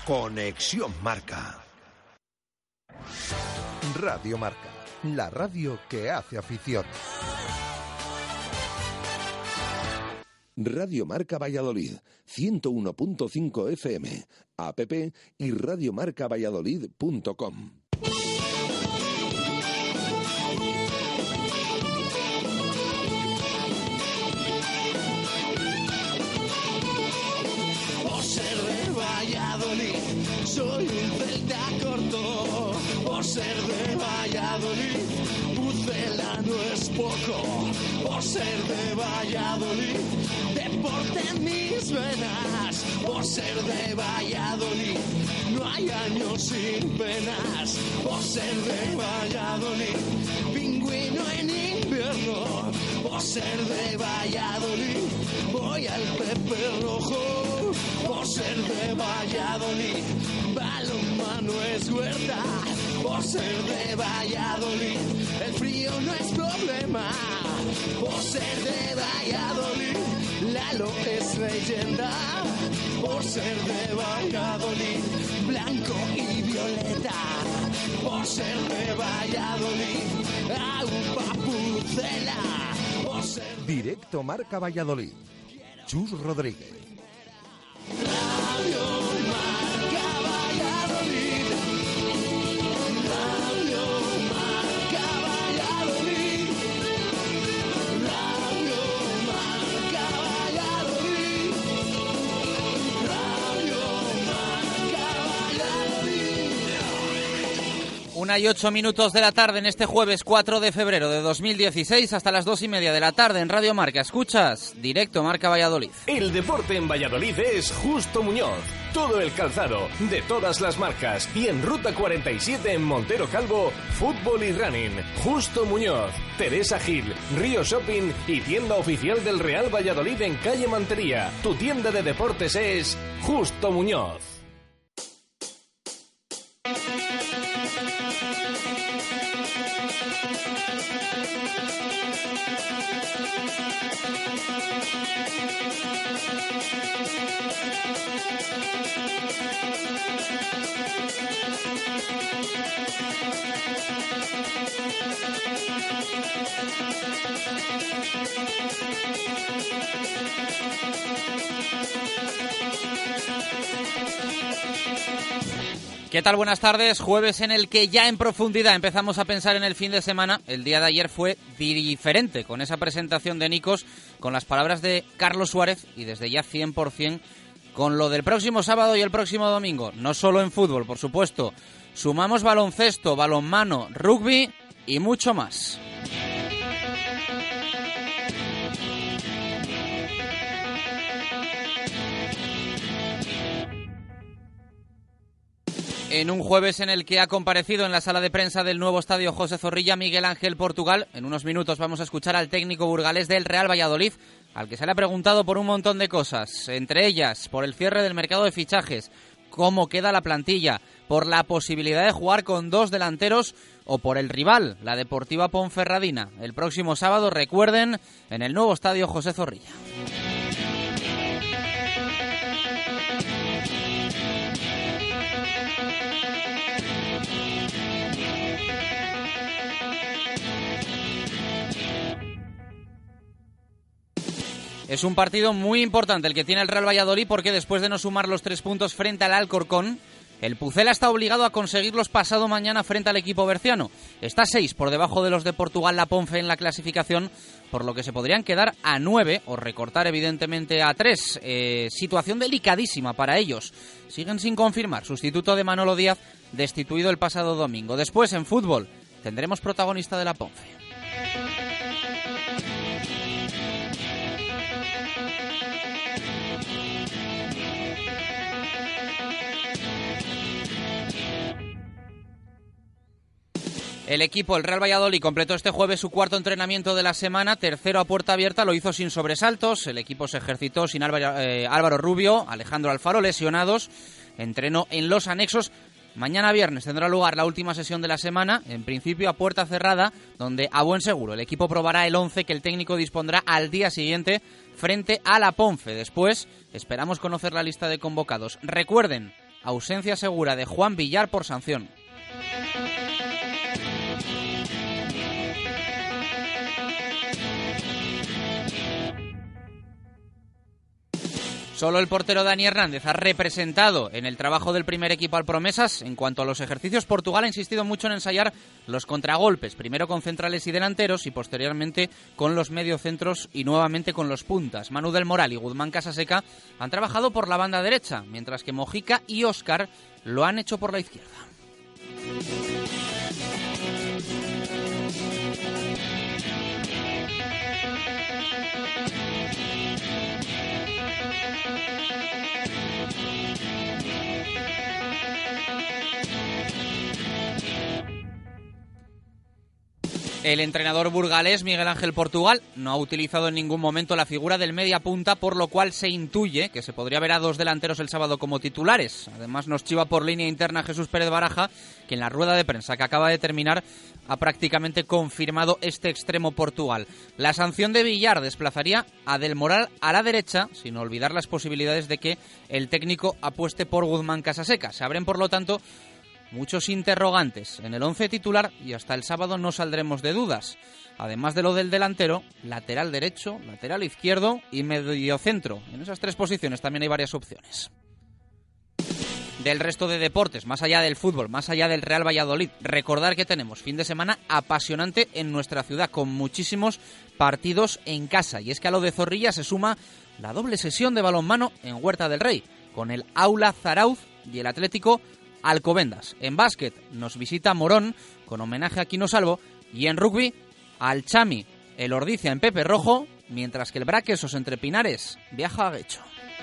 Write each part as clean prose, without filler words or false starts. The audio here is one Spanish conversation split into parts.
Conexión Marca. Radio Marca, la radio que hace afición. Radio Marca Valladolid, 101.5 FM, app y radiomarcavalladolid.com. Por ser de Valladolid, soy un celta corto. Por ser de Valladolid, Pucela no es poco. Por ser de Valladolid, deporte en mis venas. Por ser de Valladolid, no hay años sin penas. Por ser de Valladolid, pingüino en invierno. Por ser de Valladolid, voy al Pepe Rojo. Por ser de Valladolid, balonmano es Huerta. Por ser de Valladolid, el frío no es problema. Por ser de Valladolid, Lalo es leyenda. Por ser de Valladolid, blanco y violeta. Por ser de Valladolid, Aupa Pucela. Directo Marca Valladolid. Chus Rodríguez. Radio Marca Valladolid. Radio Marca Valladolid. Radio Marca Valladolid. Radio Marca Valladolid. 1:08 de la tarde en este jueves 4 de febrero de 2016 hasta las 2:30 de la tarde en Radio Marca. Escuchas Directo Marca Valladolid. El deporte en Valladolid es Justo Muñoz. Todo el calzado, de todas las marcas. Y en Ruta 47 en Montero Calvo, fútbol y running. Justo Muñoz, Teresa Gil, Río Shopping y tienda oficial del Real Valladolid en calle Mantería. Tu tienda de deportes es Justo Muñoz. ¿Qué tal? Buenas tardes. Jueves en el que ya en profundidad empezamos a pensar en el fin de semana. El día de ayer fue diferente con esa presentación de Nikos, con las palabras de Carlos Suárez y desde ya 100% con lo del próximo sábado y el próximo domingo. No solo en fútbol, por supuesto. Sumamos baloncesto, balonmano, rugby y mucho más. En un jueves en el que ha comparecido en la sala de prensa del nuevo estadio José Zorrilla Miguel Ángel Portugal. En unos minutos vamos a escuchar al técnico burgalés del Real Valladolid, al que se le ha preguntado por un montón de cosas, entre ellas por el cierre del mercado de fichajes, cómo queda la plantilla, por la posibilidad de jugar con dos delanteros o por el rival, la Deportiva Ponferradina. El próximo sábado, recuerden, en el nuevo estadio José Zorrilla. Es un partido muy importante el que tiene el Real Valladolid porque después de no sumar los 3 puntos frente al Alcorcón, el Pucela está obligado a conseguirlos pasado mañana frente al equipo berciano. Está 6 por debajo de los de Portugal La Ponfe en la clasificación, por lo que se podrían quedar a 9 o recortar evidentemente a 3. Situación delicadísima para ellos. Siguen sin confirmar. Sustituto de Manolo Díaz, destituido el pasado domingo. Después, en fútbol, tendremos protagonista de La Ponfe. El equipo, el Real Valladolid, completó este jueves su cuarto entrenamiento de la semana, tercero a puerta abierta, lo hizo sin sobresaltos. El equipo se ejercitó sin Álvaro Rubio, Alejandro Alfaro lesionados, entrenó en los anexos. Mañana viernes tendrá lugar la última sesión de la semana, en principio a puerta cerrada, donde a buen seguro el equipo probará el 11 que el técnico dispondrá al día siguiente frente a La Ponfe. Después esperamos conocer la lista de convocados. Recuerden, ausencia segura de Juan Villar por sanción. Solo el portero Dani Hernández ha representado en el trabajo del primer equipo al Promesas. En cuanto a los ejercicios, Portugal ha insistido mucho en ensayar los contragolpes, primero con centrales y delanteros y posteriormente con los mediocentros y nuevamente con los puntas. Manu del Moral y Guzmán Casaseca han trabajado por la banda derecha, mientras que Mojica y Óscar lo han hecho por la izquierda. El entrenador burgalés Miguel Ángel Portugal no ha utilizado en ningún momento la figura del media punta, por lo cual se intuye que se podría ver a dos delanteros el sábado como titulares. Además nos chiva por línea interna Jesús Pérez Baraja, que en la rueda de prensa que acaba de terminar ha prácticamente confirmado este extremo Portugal. La sanción de Villar desplazaría a Del Moral a la derecha, sin olvidar las posibilidades de que el técnico apueste por Guzmán Casaseca. Se abren, por lo tanto, muchos interrogantes en el 11 titular y hasta el sábado no saldremos de dudas. Además de lo del delantero, lateral derecho, lateral izquierdo y mediocentro. En esas tres posiciones también hay varias opciones. Del resto de deportes, más allá del fútbol, más allá del Real Valladolid, recordar que tenemos fin de semana apasionante en nuestra ciudad, con muchísimos partidos en casa. Y es que a lo de Zorrilla se suma la doble sesión de balonmano en Huerta del Rey, con el Aula Zarauz y el Atlético Alcobendas. En básquet nos visita Morón con homenaje a Quino Salvo, y en rugby al Chami, el Ordizia en Pepe Rojo, mientras que el Braquesos entre Pinares viaja a Guecho.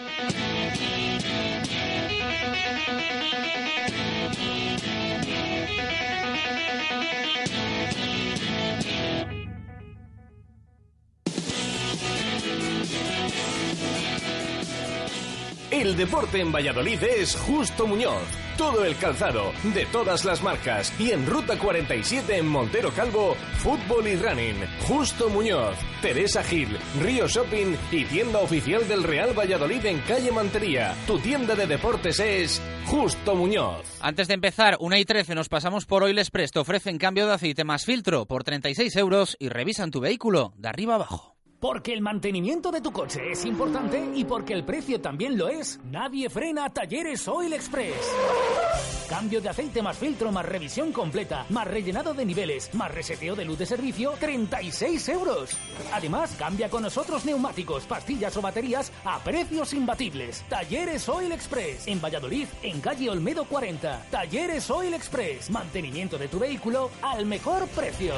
El deporte en Valladolid es Justo Muñoz. Todo el calzado, de todas las marcas. Y en Ruta 47 en Montero Calvo, fútbol y running. Justo Muñoz, Teresa Gil, Río Shopping y tienda oficial del Real Valladolid en calle Mantería. Tu tienda de deportes es Justo Muñoz. Antes de empezar, 1:13, nos pasamos por Oil Express. Te ofrecen cambio de aceite más filtro por 36 euros y revisan tu vehículo de arriba abajo. Porque el mantenimiento de tu coche es importante y porque el precio también lo es, nadie frena a Talleres Oil Express. Cambio de aceite más filtro, más revisión completa, más rellenado de niveles, más reseteo de luz de servicio, 36 euros. Además, cambia con nosotros neumáticos, pastillas o baterías a precios imbatibles. Talleres Oil Express, en Valladolid, en calle Olmedo 40. Talleres Oil Express, mantenimiento de tu vehículo al mejor precio.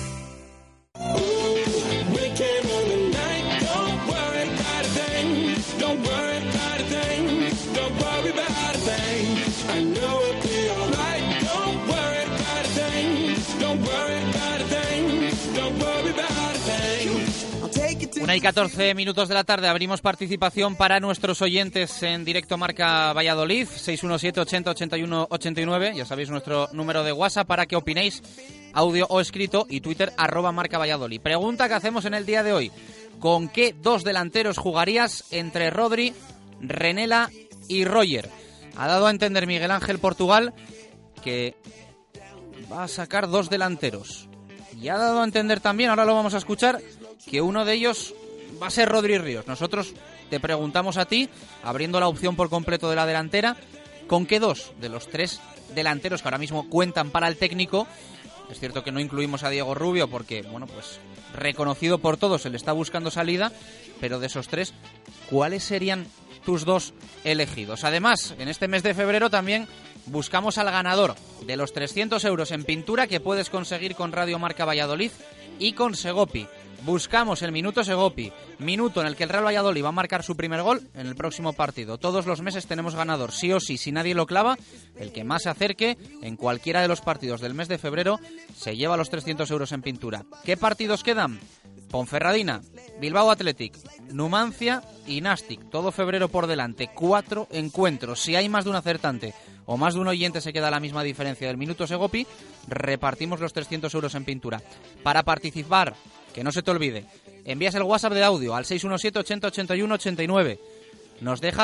Una y 14 minutos de la tarde, abrimos participación para nuestros oyentes en directo Marca Valladolid, 617 80 81 89, ya sabéis nuestro número de WhatsApp para que opinéis, audio o escrito, y Twitter @Marca Valladolid. Pregunta que hacemos en el día de hoy: ¿con qué dos delanteros jugarías entre Rodri, Renela y Roger? Ha dado a entender Miguel Ángel Portugal que va a sacar dos delanteros. Y ha dado a entender también, ahora lo vamos a escuchar, que uno de ellos va a ser Rodri Ríos. Nosotros te preguntamos a ti, abriendo la opción por completo de la delantera, ¿con qué dos de los tres delanteros que ahora mismo cuentan para el técnico? Es cierto que no incluimos a Diego Rubio porque, bueno, pues reconocido por todos, se le está buscando salida, pero de esos tres, ¿cuáles serían tus dos elegidos? Además, en este mes de febrero también buscamos al ganador de los 300 euros en pintura que puedes conseguir con Radio Marca Valladolid y con Segopi. Buscamos el Minuto Segopi, minuto en el que el Real Valladolid va a marcar su primer gol en el próximo partido. Todos los meses tenemos ganador, sí o sí, si nadie lo clava, el que más se acerque en cualquiera de los partidos del mes de febrero se lleva los 300 euros en pintura. ¿Qué partidos quedan? Ponferradina, Bilbao Athletic, Numancia y Nastic. Todo febrero por delante, 4 encuentros. Si hay más de un acertante o más de un oyente se queda a la misma diferencia del Minuto Segopi, repartimos los 300 euros en pintura. Para participar, que no se te olvide, envías el WhatsApp de audio al 617 80 81 89. Nos dejas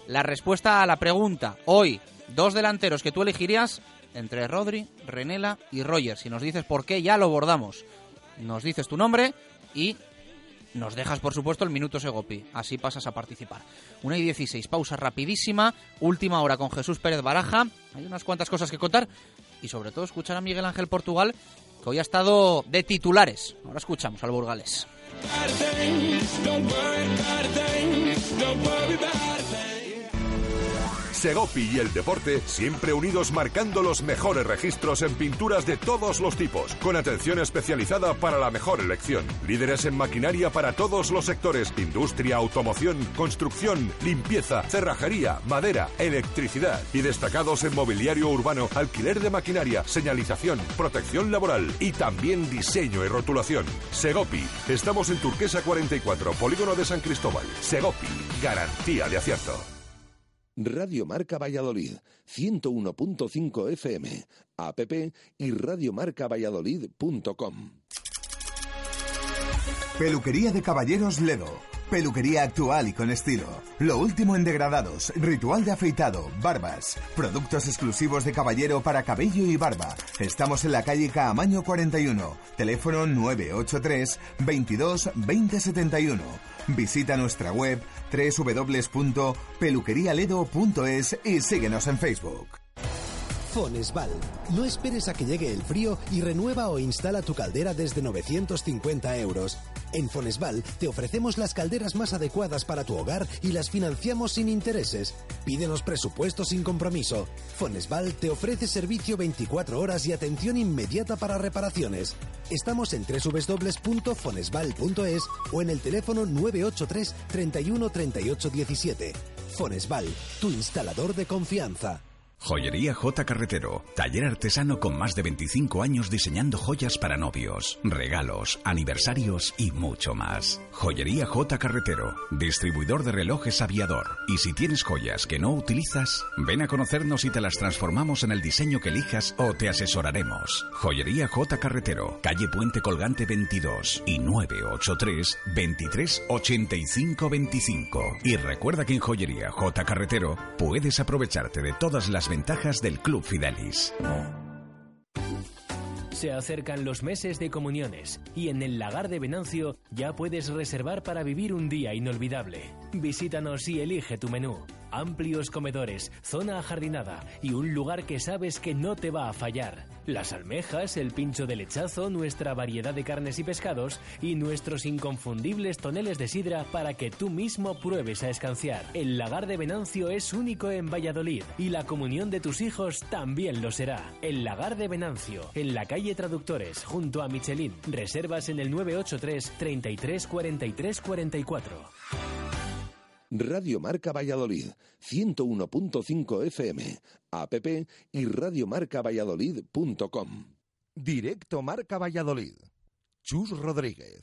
la respuesta a la pregunta. Hoy, 2 delanteros que tú elegirías entre Rodri, Renela y Roger. Si nos dices por qué, ya lo bordamos. Nos dices tu nombre y nos dejas, por supuesto, el minuto Segopi. Así pasas a participar. 1:16, pausa rapidísima. Última hora con Jesús Pérez Baraja. Hay unas cuantas cosas que contar. Y sobre todo escuchar a Miguel Ángel Portugal, que hoy ha estado de titulares. Ahora escuchamos al burgalés. Segopi y el deporte siempre unidos, marcando los mejores registros en pinturas de todos los tipos, con atención especializada para la mejor elección. Líderes en maquinaria para todos los sectores: industria, automoción, construcción, limpieza, cerrajería, madera, electricidad. Y destacados en mobiliario urbano, alquiler de maquinaria, señalización, protección laboral y también diseño y rotulación. Segopi. Estamos en Turquesa 44, Polígono de San Cristóbal. Segopi. Garantía de acierto. Radio Marca Valladolid, 101.5 FM, app y radiomarcavalladolid.com. Peluquería de Caballeros Ledo. Peluquería actual y con estilo. Lo último en degradados, ritual de afeitado, barbas. Productos exclusivos de caballero para cabello y barba. Estamos en la calle Caamaño 41. Teléfono 983 22 20 71. Visita nuestra web www.peluquerialedo.es y síguenos en Facebook. Fonesval. No esperes a que llegue el frío y renueva o instala tu caldera desde 950 euros. En Fonesval te ofrecemos las calderas más adecuadas para tu hogar y las financiamos sin intereses. Pídenos presupuesto sin compromiso. Fonesval te ofrece servicio 24 horas y atención inmediata para reparaciones. Estamos en www.fonesval.es o en el teléfono 983 31 38 17. Fonesval, tu instalador de confianza. Joyería J. Carretero, taller artesano con más de 25 años diseñando joyas para novios, regalos, aniversarios y mucho más. Joyería J. Carretero, distribuidor de relojes Aviador. Y si tienes joyas que no utilizas, ven a conocernos y te las transformamos en el diseño que elijas o te asesoraremos. Joyería J. Carretero, calle Puente Colgante 22 y 983 23 85 25. Y recuerda que en Joyería J. Carretero puedes aprovecharte de todas las ventajas del Club Fidelis. Se acercan los meses de comuniones y en el Lagar de Venancio ya puedes reservar para vivir un día inolvidable. Visítanos y elige tu menú. Amplios comedores, zona ajardinada y un lugar que sabes que no te va a fallar. Las almejas, el pincho de lechazo, nuestra variedad de carnes y pescados y nuestros inconfundibles toneles de sidra para que tú mismo pruebes a escanciar. El Lagar de Venancio es único en Valladolid y la comunión de tus hijos también lo será. El Lagar de Venancio, en la calle Traductores, junto a Michelin. Reservas en el 983 33 43 44. Radio Marca Valladolid, 101.5 FM, app y radiomarcavalladolid.com. Directo Marca Valladolid. Chus Rodríguez.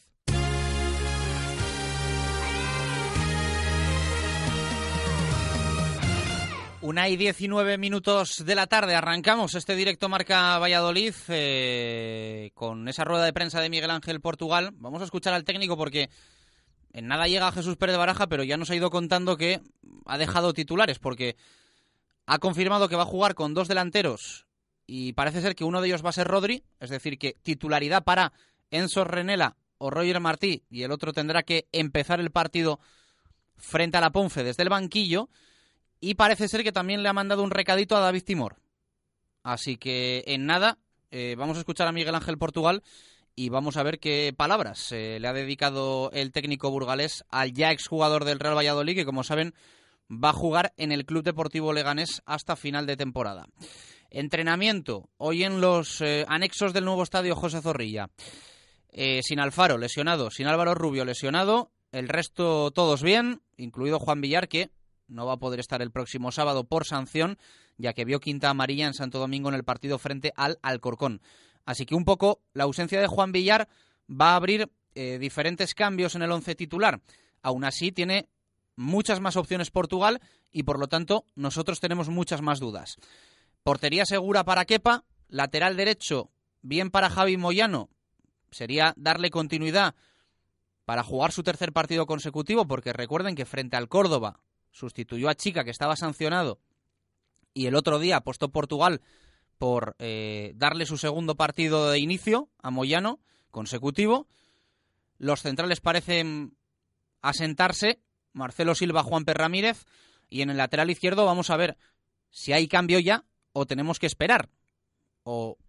Una y 19 minutos de la tarde. Arrancamos este Directo Marca Valladolid con esa rueda de prensa de Miguel Ángel Portugal. Vamos a escuchar al técnico porque en nada llega Jesús Pérez Baraja, pero ya nos ha ido contando que ha dejado titulares porque ha confirmado que va a jugar con 2 delanteros y parece ser que uno de ellos va a ser Rodri, es decir, que titularidad para Enzo Renela o Roger Martí y el otro tendrá que empezar el partido frente a la Ponfe desde el banquillo y parece ser que también le ha mandado un recadito a David Timor. Así que en nada vamos a escuchar a Miguel Ángel Portugal y vamos a ver qué palabras le ha dedicado el técnico burgalés al ya exjugador del Real Valladolid, que como saben va a jugar en el Club Deportivo Leganés hasta final de temporada. Entrenamiento, hoy en los anexos del nuevo estadio José Zorrilla. Sin Alfaro, lesionado, sin Álvaro Rubio, lesionado, el resto todos bien, incluido Juan Villar, que no va a poder estar el próximo sábado por sanción, ya que vio quinta amarilla en Santo Domingo en el partido frente al Alcorcón. Así que un poco la ausencia de Juan Villar va a abrir diferentes cambios en el once titular. Aún así tiene muchas más opciones Portugal y por lo tanto nosotros tenemos muchas más dudas. Portería segura para Kepa, lateral derecho bien para Javi Moyano. Sería darle continuidad para jugar su tercer partido consecutivo porque recuerden que frente al Córdoba sustituyó a Chica, que estaba sancionado, y el otro día apostó Portugal por darle su segundo partido de inicio a Moyano, consecutivo. Los centrales parecen asentarse, Marcelo Silva, Juanpe Ramírez, y en el lateral izquierdo vamos a ver si hay cambio ya o tenemos que esperar. O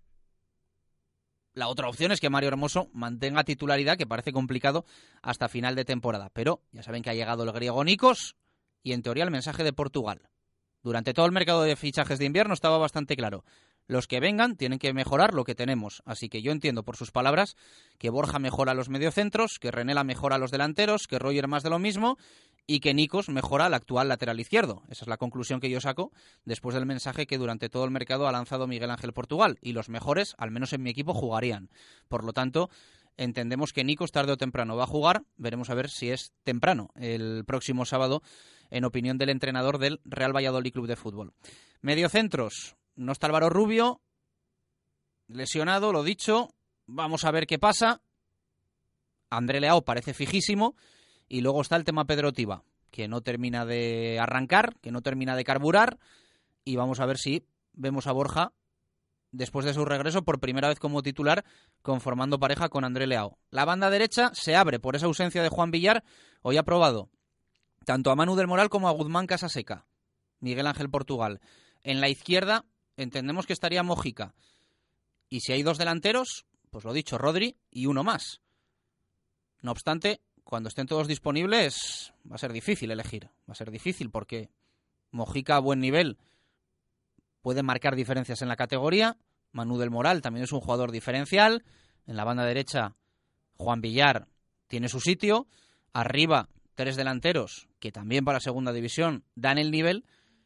la otra opción es que Mario Hermoso mantenga titularidad, que parece complicado hasta final de temporada. Pero ya saben que ha llegado el griego Nikos y en teoría el mensaje de Portugal. Durante todo el mercado de fichajes de invierno estaba bastante claro. Los que vengan tienen que mejorar lo que tenemos. Así que yo entiendo por sus palabras que Borja mejora a los mediocentros, que Renela mejora a los delanteros, que Roger más de lo mismo y que Nikos mejora al actual lateral izquierdo. Esa es la conclusión que yo saco después del mensaje que durante todo el mercado ha lanzado Miguel Ángel Portugal. Y los mejores, al menos en mi equipo, jugarían. Por lo tanto, entendemos que Nikos tarde o temprano va a jugar. Veremos a ver si es temprano el próximo sábado, en opinión del entrenador del Real Valladolid Club de Fútbol. Mediocentros. No está Álvaro Rubio, lesionado, lo dicho. Vamos a ver qué pasa. André Leao parece fijísimo. Y luego está el tema Pedro Tiba, que no termina de arrancar, que no termina de carburar. Y vamos a ver si vemos a Borja, después de su regreso, por primera vez como titular, conformando pareja con André Leao. La banda derecha se abre por esa ausencia de Juan Villar. Hoy ha probado tanto a Manu del Moral como a Guzmán Casaseca. Miguel Ángel Portugal. En la izquierda entendemos que estaría Mojica. Y si hay dos delanteros, pues lo dicho, Rodri y uno más. No obstante, cuando estén todos disponibles va a ser difícil elegir. Va a ser difícil porque Mojica a buen nivel puede marcar diferencias en la categoría. Manu del Moral también es un jugador diferencial. En la banda derecha, Juan Villar tiene su sitio. Arriba, tres delanteros que también para segunda división dan el nivel.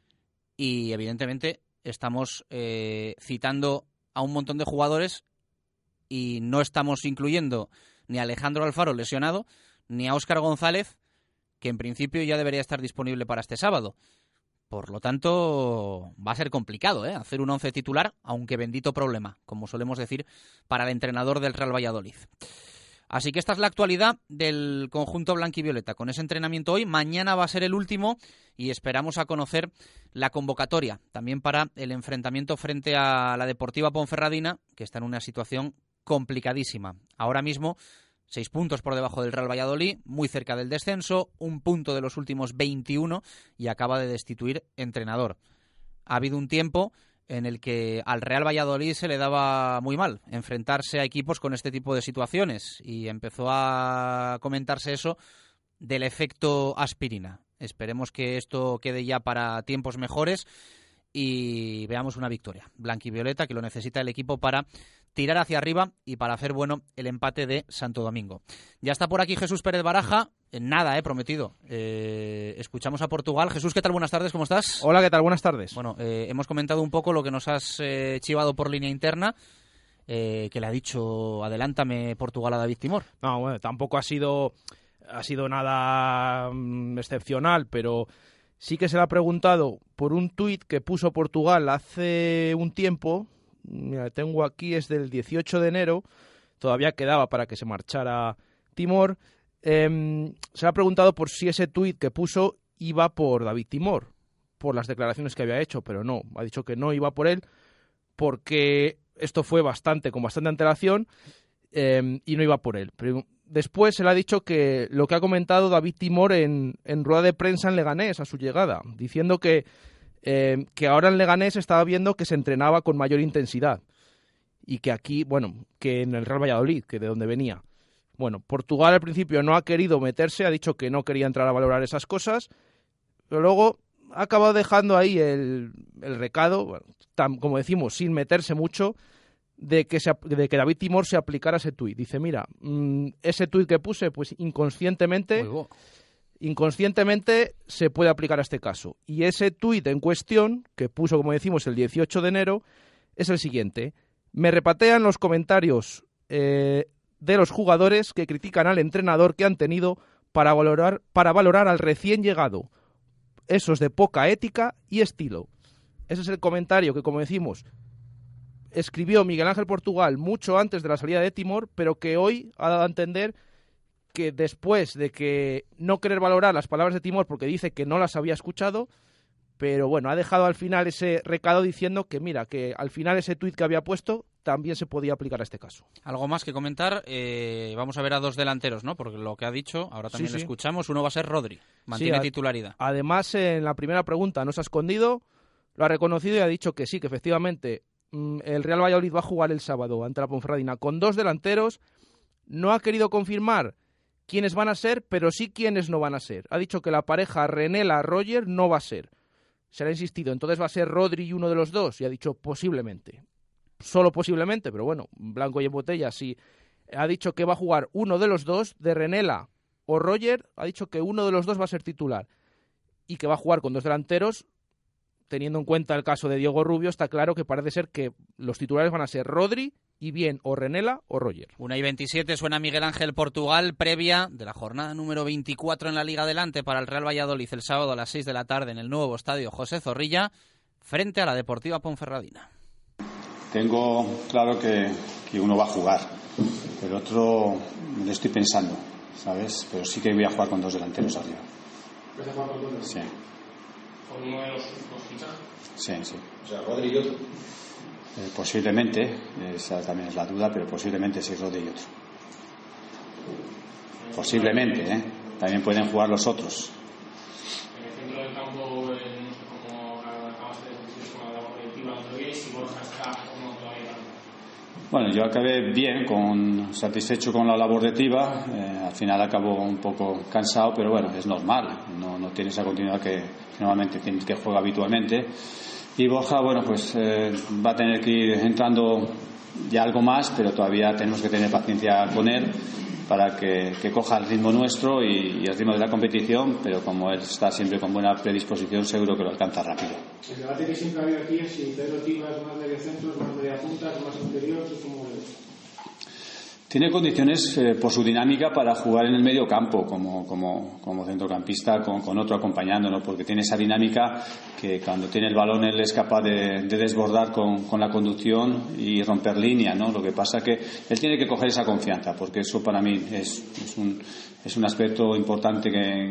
Y evidentemente estamos citando a un montón de jugadores y no estamos incluyendo ni a Alejandro Alfaro lesionado, ni a Óscar González, que en principio ya debería estar disponible para este sábado. Por lo tanto, va a ser complicado hacer un 11 titular, aunque bendito problema, como solemos decir, para el entrenador del Real Valladolid. Así que esta es la actualidad del conjunto blanquivioleta. Con ese entrenamiento hoy, mañana va a ser el último y esperamos a conocer la convocatoria también para el enfrentamiento frente a la Deportiva Ponferradina, que está en una situación complicadísima. Ahora mismo, 6 puntos por debajo del Real Valladolid, muy cerca del descenso, 1 punto de los últimos 21 y acaba de destituir entrenador. Ha habido un tiempo en el que al Real Valladolid se le daba muy mal enfrentarse a equipos con este tipo de situaciones y empezó a comentarse eso del efecto aspirina. Esperemos que esto quede ya para tiempos mejores y veamos una victoria blanquivioleta, que lo necesita el equipo para tirar hacia arriba y para hacer bueno el empate de Santo Domingo. Ya está por aquí Jesús Pérez Baraja. Nada, prometido. Escuchamos a Portugal. Jesús, ¿qué tal? Buenas tardes, ¿cómo estás? Hola, ¿qué tal? Buenas tardes. Bueno, hemos comentado un poco lo que nos has chivado por línea interna, que le ha dicho, adelántame Portugal a David Timor. No, bueno, tampoco ha sido nada excepcional, pero sí que se le ha preguntado por un tuit que puso Portugal hace un tiempo. Mira, tengo aquí, es del 18 de enero, todavía quedaba para que se marchara Timor. Se le ha preguntado por si ese tuit que puso iba por David Timor, por las declaraciones que había hecho, pero no, ha dicho que no iba por él, porque esto fue con bastante antelación y no iba por él. Pero después se le ha dicho que lo que ha comentado David Timor en rueda de prensa en Leganés a su llegada, diciendo que ahora en Leganés estaba viendo que se entrenaba con mayor intensidad y que aquí, bueno, que en el Real Valladolid, que de donde venía. Bueno, Portugal al principio no ha querido meterse, ha dicho que no quería entrar a valorar esas cosas, pero luego ha acabado dejando ahí el recado, bueno, como decimos, sin meterse mucho, de que David Timor se aplicara ese tuit. Dice, mira, ese tuit que puse, pues inconscientemente se puede aplicar a este caso. Y ese tuit en cuestión, que puso, como decimos, el 18 de enero, es el siguiente. Me repatean los comentarios de los jugadores que critican al entrenador que han tenido para valorar al recién llegado. Esos de poca ética y estilo. Ese es el comentario que, como decimos, escribió Miguel Ángel Portugal mucho antes de la salida de Timor, pero que hoy ha dado a entender que después de que no querer valorar las palabras de Timor porque dice que no las había escuchado, pero bueno, ha dejado al final ese recado diciendo que mira, que al final ese tuit que había puesto también se podía aplicar a este caso. Algo más que comentar, vamos a ver a dos delanteros, ¿no? Porque lo que ha dicho, ahora también lo escuchamos, uno va a ser Rodri, mantiene titularidad. Además, en la primera pregunta no se ha escondido, lo ha reconocido y ha dicho que sí, que efectivamente el Real Valladolid va a jugar el sábado ante la Ponferradina con dos delanteros. No ha querido confirmar quiénes van a ser, pero sí quiénes no van a ser. Ha dicho que la pareja Renela-Roger no va a ser. Se le ha insistido, entonces va a ser Rodri y uno de los dos, y ha dicho posiblemente. Solo posiblemente, pero bueno, blanco y en botella, sí. Ha dicho que va a jugar uno de los dos, de Renela o Roger, ha dicho que uno de los dos va a ser titular. Y que va a jugar con dos delanteros, teniendo en cuenta el caso de Diego Rubio, está claro que parece ser que los titulares van a ser Rodri y bien o Renela o Roger. 1:27 suena Miguel Ángel Portugal, previa de la jornada número 24 en la Liga Adelante para el Real Valladolid el sábado a las 6 de la tarde en el nuevo estadio José Zorrilla, frente a la Deportiva Ponferradina. Tengo claro que uno va a jugar, el otro lo estoy pensando, ¿sabes? Pero sí que voy a jugar con dos delanteros arriba. ¿Vas a jugar con dos? Sí. ¿Con uno de los fichajes? Sí, sí. O sea, Rodri y otro. Posiblemente, esa también es la duda, pero posiblemente sí Rodri y otro. Posiblemente, también pueden jugar los otros. En el centro del campo, no sé cómo acabas de decir con la labor colectiva, ¿no veis si Borja está o no todavía? Bueno, yo acabé bien, satisfecho con la labor de Tiba. Al final acabo un poco cansado, pero bueno, es normal. No tiene esa continuidad que normalmente tiene, que juega habitualmente. Y Borja, bueno, pues va a tener que ir entrando ya algo más, pero todavía tenemos que tener paciencia con él para que coja el ritmo nuestro y el ritmo de la competición, pero como él está siempre con buena predisposición, seguro que lo alcanza rápido. El debate que siempre ha habido aquí es si Pedro Tiba es más mediocentro, más mediapunta, más interior, ¿cómo es? Tiene condiciones por su dinámica para jugar en el medio campo como centrocampista con otro acompañando, ¿no? Porque tiene esa dinámica que cuando tiene el balón él es capaz de desbordar con la conducción y romper línea, ¿no? Lo que pasa que él tiene que coger esa confianza, porque eso para mí es un aspecto importante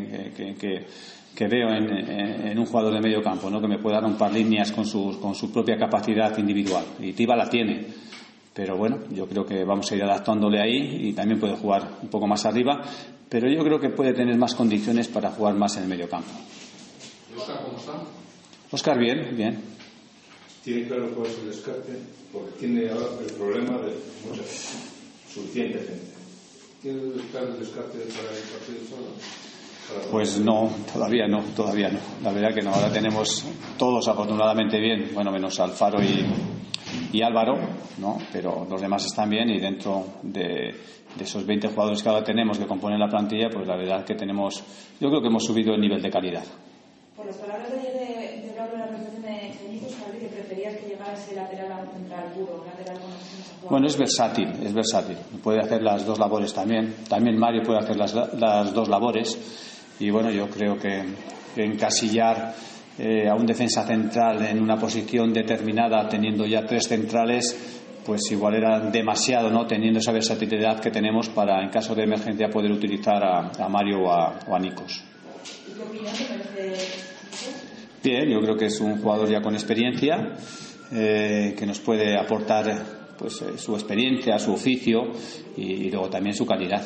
que veo en un jugador de medio campo, ¿no? Que me pueda romper líneas con su propia capacidad individual, y Tiba la tiene. Pero bueno, yo creo que vamos a ir adaptándole ahí y también puede jugar un poco más arriba, pero yo creo que puede tener más condiciones para jugar más en el medio campo. ¿Y Óscar cómo está? Óscar bien. Tiene claro cuál es el descarte, porque tiene ahora el problema de suficiente gente. ¿Tiene claro el descarte para el partido solo? Pues no, todavía no. La verdad que no, ahora tenemos todos afortunadamente bien, bueno, menos Alfaro y Álvaro, ¿no? Pero los demás están bien, y dentro de esos 20 jugadores que ahora tenemos que componen la plantilla, pues la verdad que yo creo que hemos subido el nivel de calidad. Por las palabras de ayer de Bravo en la presentación de Benítez, sabes que preferías que llegara ese lateral a un central puro, un lateral con los... Bueno, es versátil, puede hacer las dos labores también Mario puede hacer las dos labores, y bueno, yo creo que encasillar a un defensa central en una posición determinada teniendo ya tres centrales, pues igual era demasiado, ¿no? Teniendo esa versatilidad que tenemos para, en caso de emergencia, poder utilizar a Mario o a Nikos. ¿Y qué opinión te merece? Bien, yo creo que es un jugador ya con experiencia, que nos puede aportar pues su experiencia, su oficio y luego también su calidad.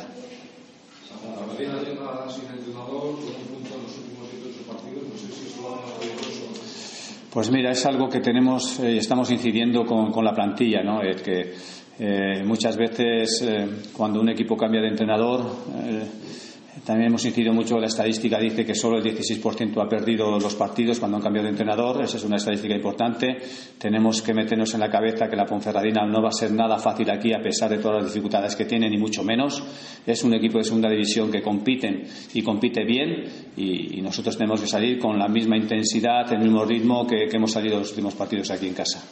Pues mira, es algo que tenemos y estamos incidiendo con la plantilla, ¿no? Que muchas veces cuando un equipo cambia de entrenador, también hemos incidido mucho. La estadística dice que solo el 16% ha perdido los partidos cuando han cambiado de entrenador. Esa es una estadística importante. Tenemos que meternos en la cabeza que la Ponferradina no va a ser nada fácil aquí, a pesar de todas las dificultades que tiene, ni mucho menos. Es un equipo de segunda división que compite bien, y nosotros tenemos que salir con la misma intensidad, el mismo ritmo que hemos salido los últimos partidos aquí en casa.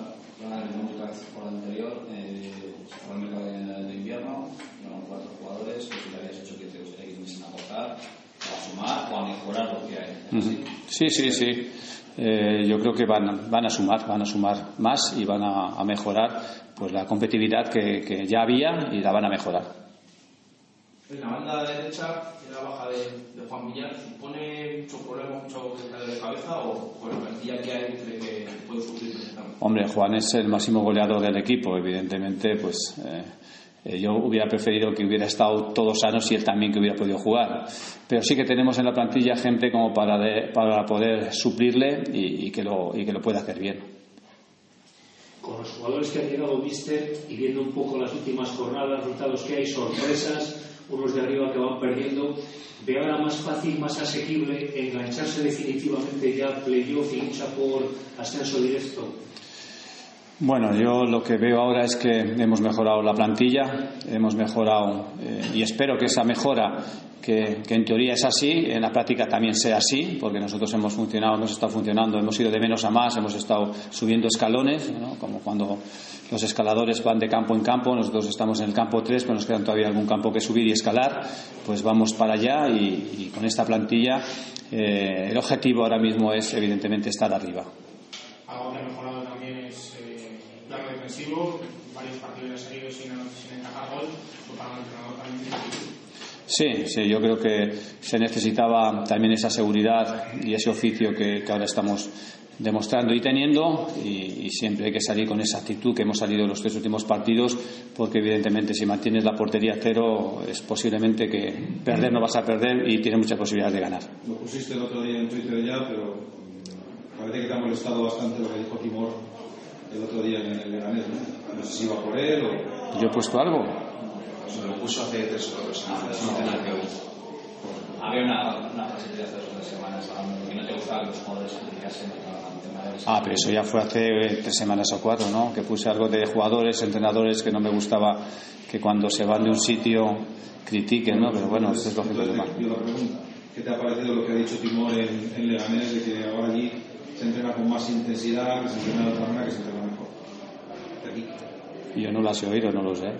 O a mejorar lo que hay. Sí. Yo creo que van a sumar más y van a mejorar pues la competitividad que ya había, y la van a mejorar. En la banda derecha, en la baja de Juan Villar, ¿supone mucho problema, mucho de cabeza o con la plantilla que hay cree que puede sufrir? Hombre, Juan es el máximo goleador del equipo, evidentemente, pues yo hubiera preferido que hubiera estado todos sanos y él también que hubiera podido jugar. Pero sí que tenemos en la plantilla gente como para poder suplirle y que lo pueda hacer bien. Con los jugadores que han llegado, mister, y viendo un poco las últimas jornadas, resultados que hay, sorpresas, unos de arriba que van perdiendo, ¿ve ahora más fácil, más asequible engancharse definitivamente ya playoff y lucha por ascenso directo? Bueno, yo lo que veo ahora es que hemos mejorado la plantilla, hemos mejorado y espero que esa mejora, que en teoría es así, en la práctica también sea así, porque nosotros hemos estado funcionando, hemos ido de menos a más, hemos estado subiendo escalones, ¿no? Como cuando los escaladores van de campo en campo, nosotros estamos en el campo 3, pero nos queda todavía algún campo que subir y escalar, pues vamos para allá y con esta plantilla el objetivo ahora mismo es evidentemente estar arriba. Algo que ha mejorado también es el plano defensivo, varios partidos seguidos sin encajar gol, para el entrenador también. Sí, yo creo que se necesitaba también esa seguridad y ese oficio que ahora estamos demostrando y teniendo, y siempre hay que salir con esa actitud que hemos salido en los 3 últimos partidos, porque evidentemente si mantienes la portería cero es posiblemente que perder no vas a perder y tienes muchas posibilidades de ganar. Lo pusiste el otro día en Twitter ya, pero parece que te ha molestado bastante lo que dijo Timor el otro día en el Leganés, ¿no? No sé si iba por él o... ¿Yo he puesto algo? Se lo puso hace 3 o 4 semanas, no tenía que oír. Había una frase de hace 2 semanas que no te gustaba que los jugadores criticasen. Pero eso ya fue hace 3 semanas o 4, ¿no? Que puse algo de jugadores, entrenadores, que no me gustaba que cuando se van de un sitio critiquen, ¿no? Pero bueno, esto es lo que me llama. Yo la pregunta, ¿qué te ha parecido lo que ha dicho Timor en Leganés, de que ahora allí se entrena con más intensidad, que se entrena de otra manera, que se entrena mejor? Yo no las he oído, no lo sé.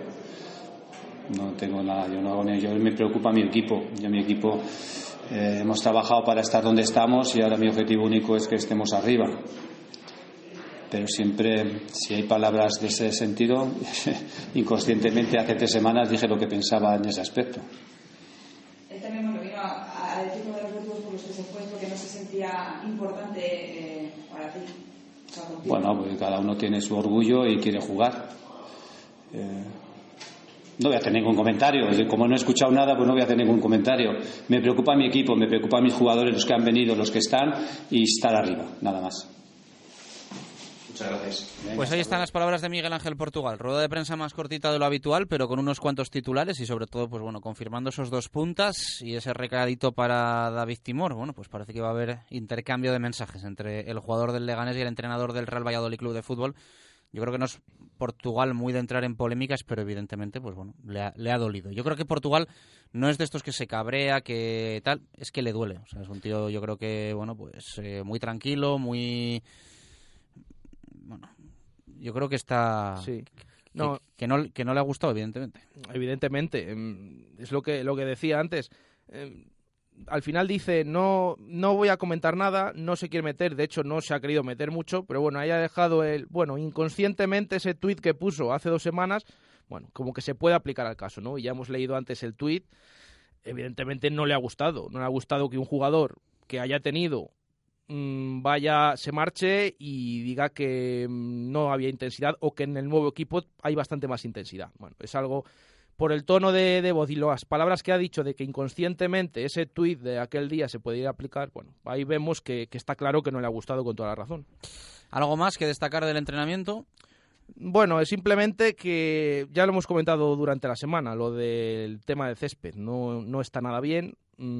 No tengo nada, yo me preocupa mi equipo. Hemos trabajado para estar donde estamos y ahora mi objetivo único es que estemos arriba. Pero siempre, si hay palabras de ese sentido, inconscientemente hace 3 semanas dije lo que pensaba en ese aspecto. Él también vino a decir uno de los motivos por los que se fue, porque no se sentía importante para ti. O sea, bueno, pues cada uno tiene su orgullo y quiere jugar. No voy a hacer ningún comentario, como no he escuchado nada, pues no voy a hacer ningún comentario. Me preocupa mi equipo, me preocupa mis jugadores, los que han venido, los que están, y estar arriba, nada más. Muchas gracias. Pues ahí están las palabras de Miguel Ángel Portugal. Rueda de prensa más cortita de lo habitual, pero con unos cuantos titulares y sobre todo, pues bueno, confirmando esos 2 puntas y ese recadito para David Timor. Bueno, pues parece que va a haber intercambio de mensajes entre el jugador del Leganés y el entrenador del Real Valladolid Club de Fútbol. Yo creo que no es Portugal muy de entrar en polémicas, pero evidentemente, pues bueno, le ha dolido. Yo creo que Portugal no es de estos que se cabrea, que tal, es que le duele. O sea, es un tío, yo creo que, bueno, pues muy tranquilo, muy... Bueno, yo creo que está... Sí. No, que no le ha gustado, evidentemente. Evidentemente. Es lo que decía antes. Al final dice, no voy a comentar nada, no se quiere meter, de hecho no se ha querido meter mucho, pero bueno, ahí ha dejado inconscientemente ese tuit que puso hace 2 semanas, bueno, como que se puede aplicar al caso, ¿no? Y ya hemos leído antes el tuit, evidentemente no le ha gustado que un jugador que haya tenido se marche y diga que no había intensidad o que en el nuevo equipo hay bastante más intensidad. Bueno, es algo... Por el tono de voz y las palabras que ha dicho de que inconscientemente ese tuit de aquel día se podía aplicar, bueno, ahí vemos que está claro que no le ha gustado con toda la razón. ¿Algo más que destacar del entrenamiento? Bueno, es simplemente que ya lo hemos comentado durante la semana, lo del tema del césped. No está nada bien,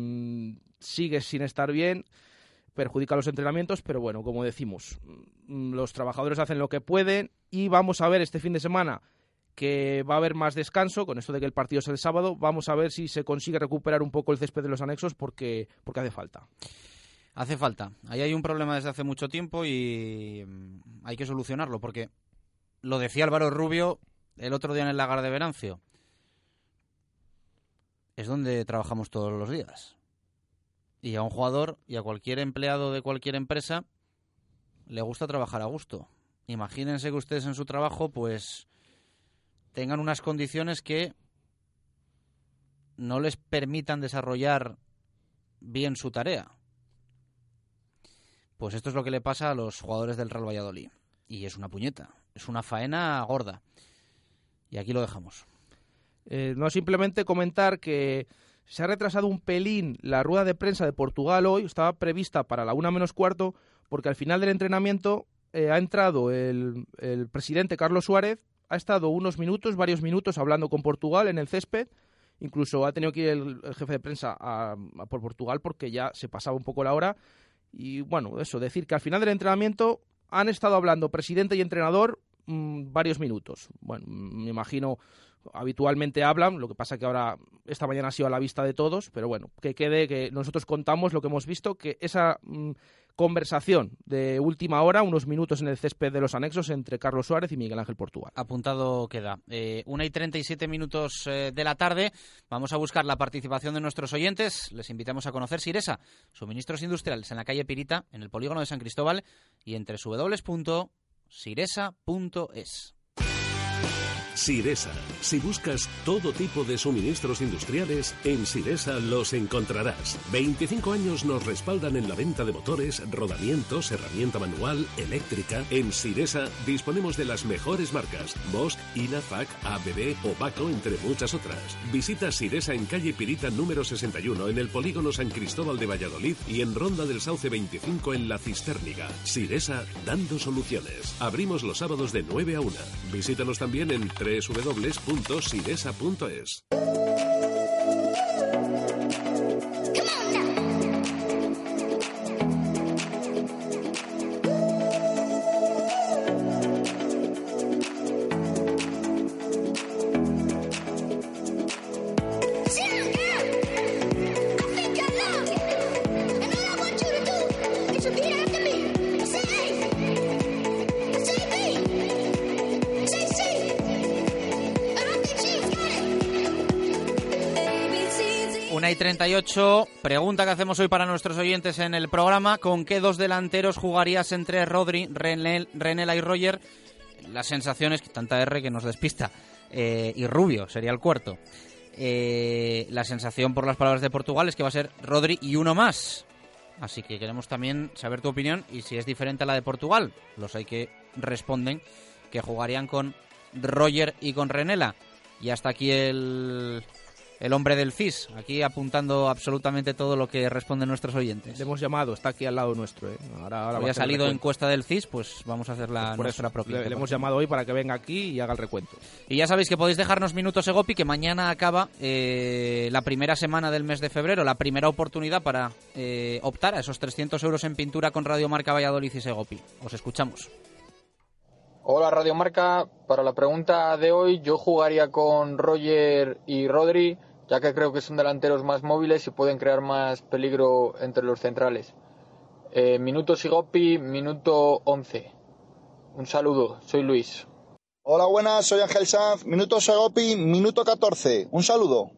sigue sin estar bien, perjudica los entrenamientos, pero bueno, como decimos, los trabajadores hacen lo que pueden y vamos a ver este fin de semana que va a haber más descanso, con esto de que el partido es el sábado, vamos a ver si se consigue recuperar un poco el césped de los anexos porque hace falta. Hace falta. Ahí hay un problema desde hace mucho tiempo y hay que solucionarlo, porque lo decía Álvaro Rubio el otro día en el Lagar de Venancio. Es donde trabajamos todos los días. Y a un jugador y a cualquier empleado de cualquier empresa le gusta trabajar a gusto. Imagínense que ustedes en su trabajo, pues... tengan unas condiciones que no les permitan desarrollar bien su tarea. Pues esto es lo que le pasa a los jugadores del Real Valladolid. Y es una puñeta, es una faena gorda. Y aquí lo dejamos. No, simplemente comentar que se ha retrasado un pelín la rueda de prensa de Portugal hoy. Estaba prevista para la 1:15, porque al final del entrenamiento ha entrado el presidente Carlos Suárez, ha estado varios minutos hablando con Portugal en el césped. Incluso ha tenido que ir el jefe de prensa por Portugal porque ya se pasaba un poco la hora. Y bueno, eso, decir que al final del entrenamiento han estado hablando presidente y entrenador varios minutos. Bueno, me imagino, habitualmente hablan, lo que pasa que ahora, esta mañana ha sido a la vista de todos, pero bueno, que quede que nosotros contamos lo que hemos visto, que esa conversación de última hora, unos minutos en el césped de los anexos entre Carlos Suárez y Miguel Ángel Portugal. Apuntado queda. 1:37 de la tarde. Vamos a buscar la participación de nuestros oyentes. Les invitamos a conocer Siresa, suministros industriales en la calle Pirita, en el polígono de San Cristóbal y en www.siresa.es. Siresa. Si buscas todo tipo de suministros industriales, en Siresa los encontrarás. 25 años nos respaldan en la venta de motores, rodamientos, herramienta manual, eléctrica. En Siresa disponemos de las mejores marcas: Bosch, INAFAC, ABB o Baco, entre muchas otras. Visita Siresa en calle Pirita número 61, en el polígono San Cristóbal de Valladolid, y en Ronda del Sauce 25 en La Cistérniga. Siresa, dando soluciones. Abrimos los sábados de 9 a 1. Visítanos también en www.siresa.es. 1:38, pregunta que hacemos hoy para nuestros oyentes en el programa: ¿con qué dos delanteros jugarías entre Rodri, Renela y Roger? La sensación es que tanta R que nos despista. Y Rubio sería el cuarto. La sensación, por las palabras de Portugal, es que va a ser Rodri y uno más. Así que queremos también saber tu opinión y si es diferente a la de Portugal. Los hay que responden que jugarían con Roger y con Renela. Y hasta aquí el hombre del CIS, aquí apuntando absolutamente todo lo que responden nuestros oyentes. Le hemos llamado, está aquí al lado nuestro. Ahora hoy ha salido encuesta del CIS, pues vamos a hacer nuestra propia. Le hemos llamado hoy para que venga aquí y haga el recuento. Y ya sabéis que podéis dejarnos minutos Egopi, que mañana acaba la primera semana del mes de febrero, la primera oportunidad para optar a esos 300 euros en pintura con Radio Marca Valladolid y Segopi. Os escuchamos. Hola Radio Marca, para la pregunta de hoy yo jugaría con Roger y Rodri, ya que creo que son delanteros más móviles y pueden crear más peligro entre los centrales. Minuto Sigopi, minuto 11. Un saludo, soy Luis. Hola, buenas, soy Ángel Sanz, minuto Sigopi, minuto 14. Un saludo.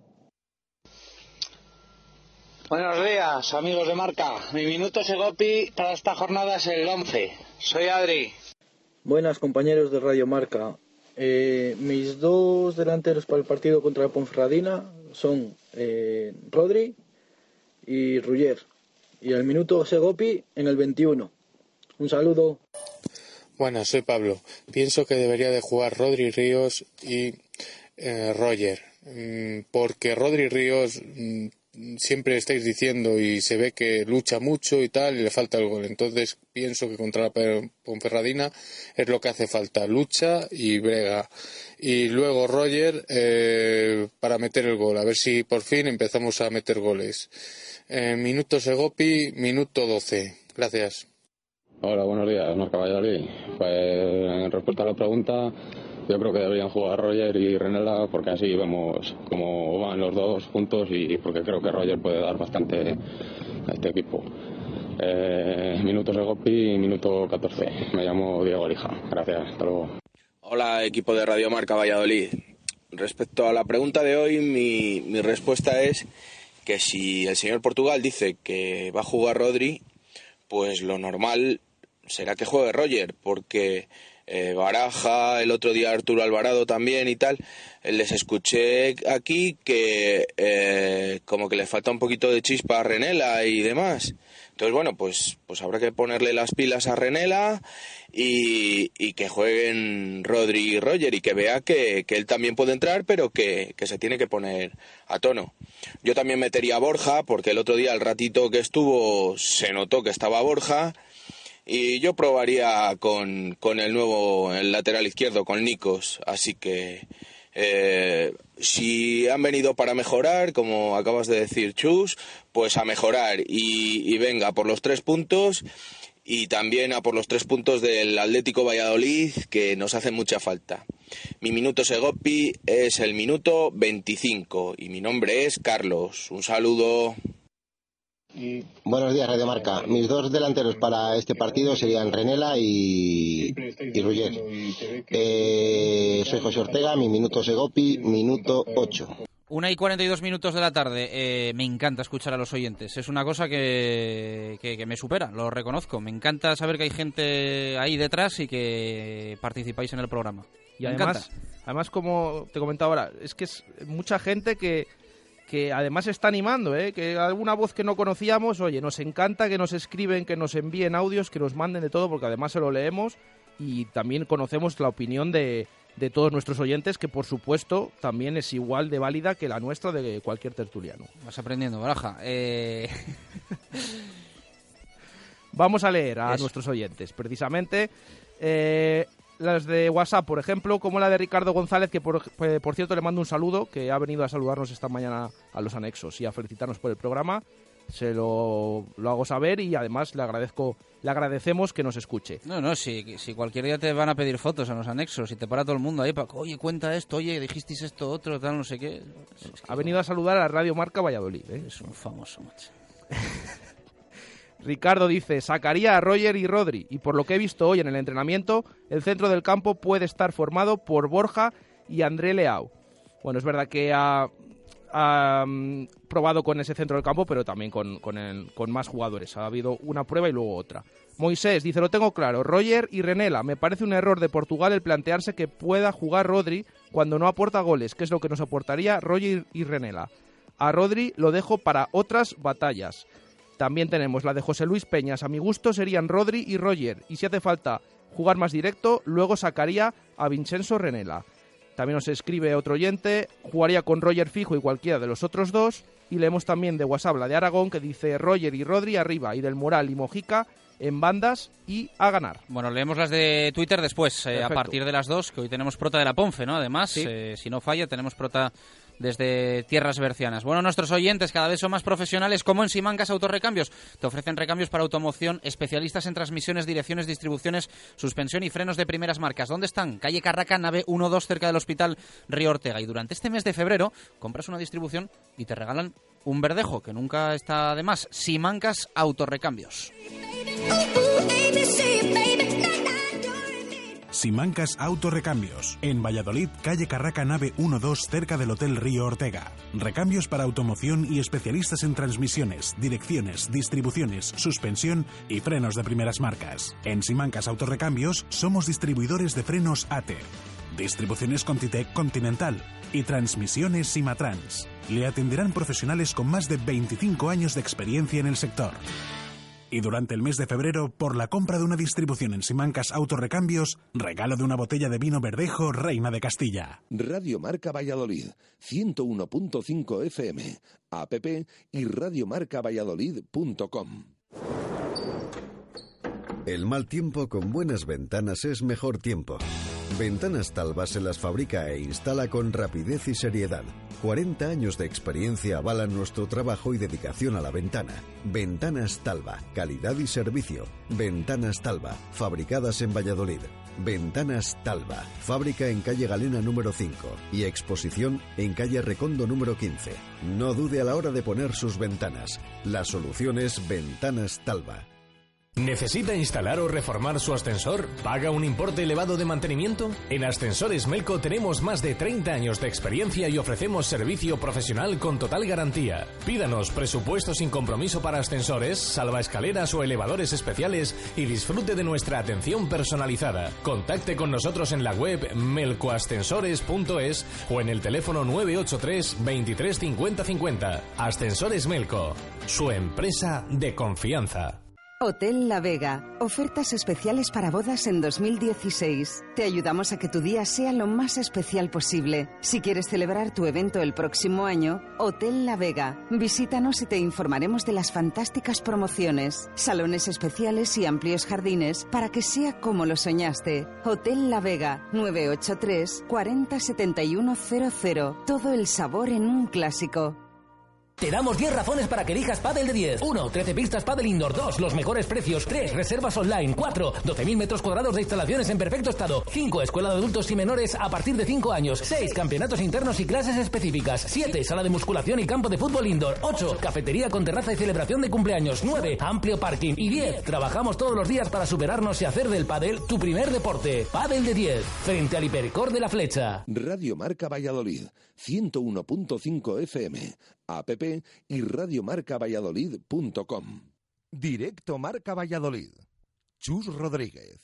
Buenos días, amigos de Marca. Mi minuto Sigopi para esta jornada es el 11. Soy Adri. Buenas, compañeros de Radio Marca. Mis dos delanteros para el partido contra la Ponferradina son Rodri y Ruller, y el minuto Segopi en el 21. Un saludo. Buenas, soy Pablo. Pienso que debería de jugar Rodri Ríos y Roger, porque Rodri Ríos siempre estáis diciendo y se ve que lucha mucho y tal y le falta el gol. Entonces pienso que contra la Ponferradina es lo que hace falta: lucha y brega. Y luego Roger para meter el gol, a ver si por fin empezamos a meter goles. Minuto Segopi, minuto 12. Gracias. Hola, buenos días, Marca Valladolid. Pues en respuesta a la pregunta, yo creo que deberían jugar Roger y Renela, porque así vemos cómo van los dos juntos, y porque creo que Roger puede dar bastante a este equipo. Minuto Segopi, minuto 14. Me llamo Diego Alija. Gracias, hasta luego. Hola, equipo de Radio Marca Valladolid. Respecto a la pregunta de hoy, mi respuesta es que si el señor Portugal dice que va a jugar Rodri, pues lo normal será que juegue Roger, porque Baraja, el otro día Arturo Alvarado también y tal, les escuché aquí que como que le falta un poquito de chispa a Renela y demás. Entonces, bueno, pues habrá que ponerle las pilas a Renela y que jueguen Rodri y Roger, y que vea que él también puede entrar, pero que se tiene que poner a tono. Yo también metería a Borja, porque el otro día, el ratito que estuvo, se notó que estaba Borja, y yo probaría con el lateral izquierdo, con Nikos. Así que si han venido para mejorar, como acabas de decir, Chus, pues a mejorar y venga por los 3 puntos, y también a por los 3 puntos del Atlético Valladolid, que nos hacen mucha falta. Mi minuto Segopi es el minuto 25 y mi nombre es Carlos. Un saludo. Buenos días, Radio Marca. Mis 2 delanteros para este partido serían Renela y Ruller. Soy José Ortega, mi minuto Segopi, minuto 8. 1:42 de la tarde. Me encanta escuchar a los oyentes. Es una cosa que me supera, lo reconozco. Me encanta saber que hay gente ahí detrás y que participáis en el programa. Y además, como te comentaba ahora, es que es mucha gente que además está animando, que alguna voz que no conocíamos, oye, nos encanta que nos escriben, que nos envíen audios, que nos manden de todo, porque además se lo leemos y también conocemos la opinión de todos nuestros oyentes, que por supuesto también es igual de válida que la nuestra, de cualquier tertuliano. Vas aprendiendo, Baraja. Vamos a leer a nuestros oyentes, precisamente. Las de WhatsApp, por ejemplo, como la de Ricardo González, que por cierto le mando un saludo, que ha venido a saludarnos esta mañana a los anexos y a felicitarnos por el programa. Se lo hago saber y además le agradecemos que nos escuche. No, si cualquier día te van a pedir fotos en los anexos y te para todo el mundo ahí, oye, cuenta esto, oye, dijisteis esto, otro, tal, no sé qué. Ha venido a saludar a Radio Marca Valladolid. Es un famoso, macho. Ricardo dice, sacaría a Roger y Rodri, y por lo que he visto hoy en el entrenamiento, el centro del campo puede estar formado por Borja y André Leao. Bueno, es verdad que ha probado con ese centro del campo, pero también con más jugadores. Ha habido una prueba y luego otra. Moisés dice, lo tengo claro, Roger y Renela. Me parece un error de Portugal el plantearse que pueda jugar Rodri cuando no aporta goles, que es lo que nos aportaría Roger y Renela. A Rodri lo dejo para otras batallas. También tenemos la de José Luis Peñas. A mi gusto serían Rodri y Roger. Y si hace falta jugar más directo, luego sacaría a Vincenzo Renela. También nos escribe otro oyente. Jugaría con Roger fijo y cualquiera de los otros 2. Y leemos también de WhatsApp la de Aragón, que dice Roger y Rodri arriba. Y del Moral y Mojica en bandas y a ganar. Bueno, leemos las de Twitter después, a partir de las 2, que hoy tenemos prota de la Ponfe, ¿no? Además, sí. Si no falla, tenemos prota desde tierras bercianas. Bueno, nuestros oyentes cada vez son más profesionales, como en Simancas Autorrecambios. Te ofrecen recambios para automoción, especialistas en transmisiones, direcciones, distribuciones, suspensión y frenos de primeras marcas. ¿Dónde están? Calle Carraca, nave 1-2, cerca del Hospital Río Ortega. Y durante este mes de febrero compras una distribución y te regalan un verdejo, que nunca está de más. Simancas Autorrecambios. Simancas Autorrecambios, en Valladolid, calle Carraca, nave 1-2, cerca del Hotel Río Ortega. Recambios para automoción y especialistas en transmisiones, direcciones, distribuciones, suspensión y frenos de primeras marcas. En Simancas Autorrecambios somos distribuidores de frenos ATE, distribuciones Contitec Continental y transmisiones Simatrans. Le atenderán profesionales con más de 25 años de experiencia en el sector. Y durante el mes de febrero, por la compra de una distribución en Simancas Autorrecambios, regalo de una botella de vino Verdejo Reina de Castilla. Radio Marca Valladolid, 101.5 FM, app y radiomarcavalladolid.com. El mal tiempo con buenas ventanas es mejor tiempo. Ventanas Talva se las fabrica e instala con rapidez y seriedad. 40 años de experiencia avalan nuestro trabajo y dedicación a la ventana. Ventanas Talva, calidad y servicio. Ventanas Talva, fabricadas en Valladolid. Ventanas Talva, fábrica en calle Galena número 5 y exposición en calle Recondo número 15. No dude a la hora de poner sus ventanas. La solución es Ventanas Talva. ¿Necesita instalar o reformar su ascensor? ¿Paga un importe elevado de mantenimiento? En Ascensores Melco tenemos más de 30 años de experiencia y ofrecemos servicio profesional con total garantía. Pídanos presupuesto sin compromiso para ascensores, salvaescaleras o elevadores especiales y disfrute de nuestra atención personalizada. Contacte con nosotros en la web melcoascensores.es o en el teléfono 983 23 50 50. Ascensores Melco, su empresa de confianza. Hotel La Vega. Ofertas especiales para bodas en 2016. Te ayudamos a que tu día sea lo más especial posible. Si quieres celebrar tu evento el próximo año, Hotel La Vega. Visítanos y te informaremos de las fantásticas promociones, salones especiales y amplios jardines para que sea como lo soñaste. Hotel La Vega, 983 40 71 00. Todo el sabor en un clásico. Te damos 10 razones para que elijas Pádel de 10. 1. 13 pistas Pádel Indoor. 2. Los mejores precios. 3. Reservas online. 4. 12.000 metros cuadrados de instalaciones en perfecto estado. 5. Escuela de adultos y menores a partir de 5 años. 6. Campeonatos internos y clases específicas. 7. Sala de musculación y campo de fútbol indoor. 8. Cafetería con terraza y celebración de cumpleaños. 9. Amplio parking. Y 10. Trabajamos todos los días para superarnos y hacer del pádel tu primer deporte. Pádel de 10. Frente al Hipercor de la Flecha. Radio Marca Valladolid, 101.5 FM. App y radiomarcavalladolid.com. Directo Marca Valladolid. Chus Rodríguez.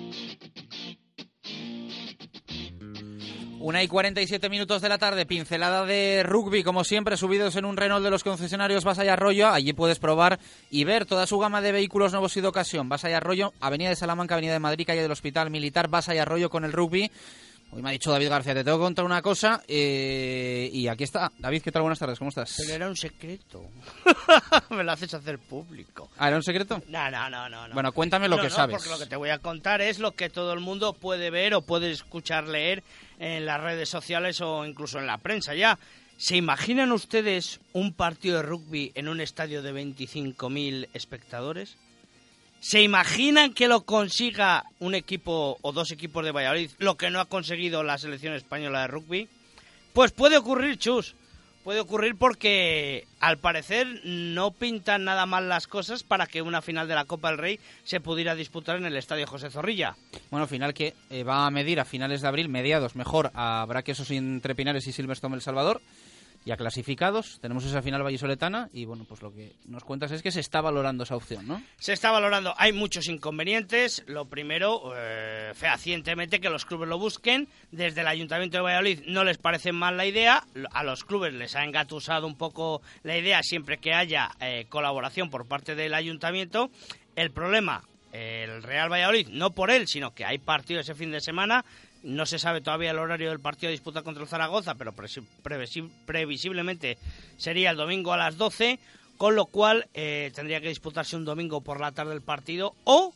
1:47 de la tarde, pincelada de rugby, como siempre, subidos en un Renault de los concesionarios Basa y Arroyo. Allí puedes probar y ver toda su gama de vehículos nuevos y de ocasión. Basa y Arroyo, Avenida de Salamanca, Avenida de Madrid, calle del Hospital Militar, Basa y Arroyo con el rugby. Hoy me ha dicho David García, te tengo que contar una cosa, y aquí está. David, ¿qué tal? Buenas tardes, ¿cómo estás? Pero era un secreto. Me lo haces hacer público. ¿Ah, era un secreto? No. Bueno, cuéntame lo que sabes. Porque lo que te voy a contar es lo que todo el mundo puede ver o puede escuchar, leer en las redes sociales o incluso en la prensa ya. ¿Se imaginan ustedes un partido de rugby en un estadio de 25.000 espectadores? ¿Se imaginan que lo consiga un equipo o dos equipos de Valladolid, lo que no ha conseguido la selección española de rugby? Pues puede ocurrir, Chus. Puede ocurrir porque, al parecer, no pintan nada mal las cosas para que una final de la Copa del Rey se pudiera disputar en el Estadio José Zorrilla. Bueno, final que va a medir a finales de abril, mediados, mejor, a Braquesos entre Pinares y Silverstone El Salvador. Ya clasificados, tenemos esa final vallisoletana y bueno, pues lo que nos cuentas es que se está valorando esa opción, ¿no? Se está valorando, hay muchos inconvenientes. Lo primero, fehacientemente que los clubes lo busquen. Desde el Ayuntamiento de Valladolid no les parece mal la idea, a los clubes les ha engatusado un poco la idea siempre que haya colaboración por parte del Ayuntamiento. El problema, el Real Valladolid, no por él, sino que hay partido ese fin de semana. No se sabe todavía el horario del partido de disputa contra el Zaragoza, pero previsiblemente sería el domingo a las 12, con lo cual tendría que disputarse un domingo por la tarde el partido o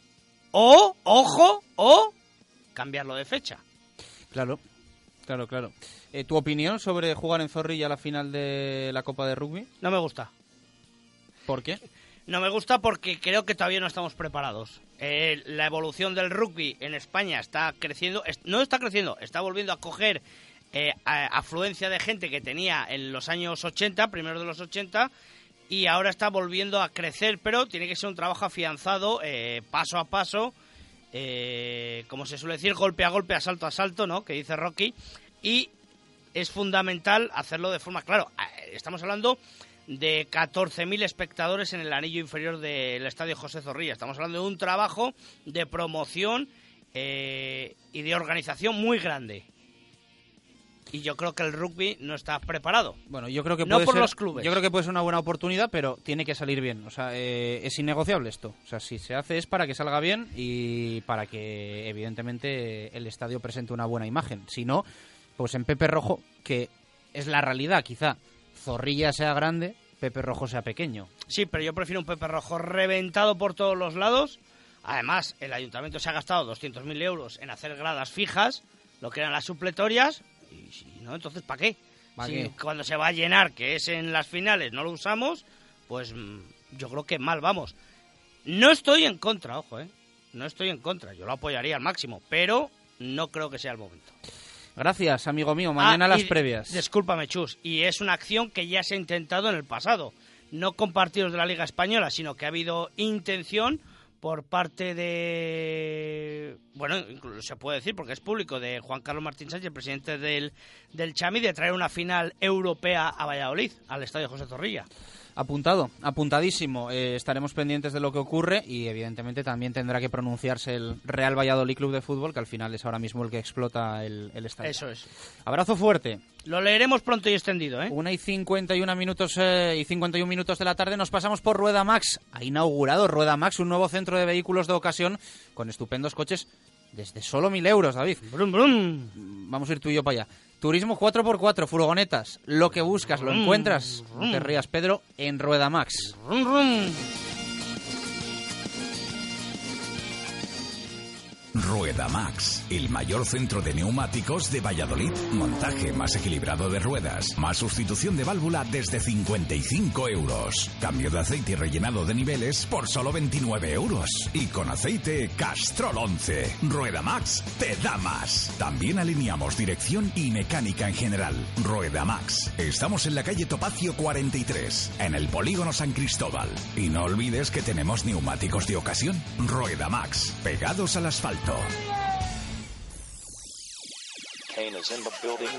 cambiarlo de fecha. Claro. ¿Tu opinión sobre jugar en Zorrilla la final de la Copa de Rugby? No me gusta. ¿Por qué? No me gusta porque creo que todavía no estamos preparados. La evolución del rugby en España está creciendo, está volviendo a coger afluencia de gente que tenía en los años 80, primeros de los 80, y ahora está volviendo a crecer, pero tiene que ser un trabajo afianzado, paso a paso, como se suele decir, golpe a golpe, asalto a asalto, ¿no? Que dice Rocky, y es fundamental hacerlo de forma, claro, estamos hablando de 14.000 espectadores en el anillo inferior del Estadio José Zorrilla. Estamos hablando de un trabajo de promoción y de organización muy grande. Y yo creo que el rugby no está preparado. Bueno, yo creo que no por los clubes. Yo creo que puede ser una buena oportunidad, pero tiene que salir bien. O sea, es innegociable esto. O sea, si se hace es para que salga bien y para que, evidentemente, el estadio presente una buena imagen. Si no, pues en Pepe Rojo, que es la realidad, quizá Zorrilla sea grande, Pepe Rojo sea pequeño. Sí, pero yo prefiero un Pepe Rojo reventado por todos los lados. Además, el ayuntamiento se ha gastado 200.000 euros en hacer gradas fijas, lo que eran las supletorias, y si no, entonces ¿para qué? Si cuando se va a llenar, que es en las finales, no lo usamos, pues yo creo que mal vamos. No estoy en contra, ojo, no estoy en contra, yo lo apoyaría al máximo, pero no creo que sea el momento. Gracias, amigo mío. Mañana las previas. Discúlpame, Chus. Y es una acción que ya se ha intentado en el pasado. No con partidos de la Liga Española, sino que ha habido intención por parte de, bueno, incluso se puede decir, porque es público, de Juan Carlos Martín Sánchez, presidente del Chami, de traer una final europea a Valladolid, al Estadio José Zorrilla. Apuntadísimo. Estaremos pendientes de lo que ocurre y evidentemente también tendrá que pronunciarse el Real Valladolid Club de Fútbol, que al final es ahora mismo el que explota el estadio. Eso es. Abrazo fuerte. Lo leeremos pronto y extendido, ¿eh? 1:51 minutos de la tarde. Nos pasamos por Rueda Max. Ha inaugurado Rueda Max, un nuevo centro de vehículos de ocasión con estupendos coches desde solo 1.000 euros, David. Brum, brum. Vamos a ir tú y yo para allá. Turismo 4x4, furgonetas, lo que buscas lo encuentras, no te rías, Pedro, en Rueda Max. Rueda Max, el mayor centro de neumáticos de Valladolid. Montaje más equilibrado de ruedas, más sustitución de válvula desde 55 euros. Cambio de aceite y rellenado de niveles por solo 29 euros. Y con aceite Castrol 11. Rueda Max te da más. También alineamos dirección y mecánica en general. Rueda Max. Estamos en la calle Topacio 43, en el polígono San Cristóbal. Y no olvides que tenemos neumáticos de ocasión. Rueda Max, pegados al asfalto. Kane is in the building.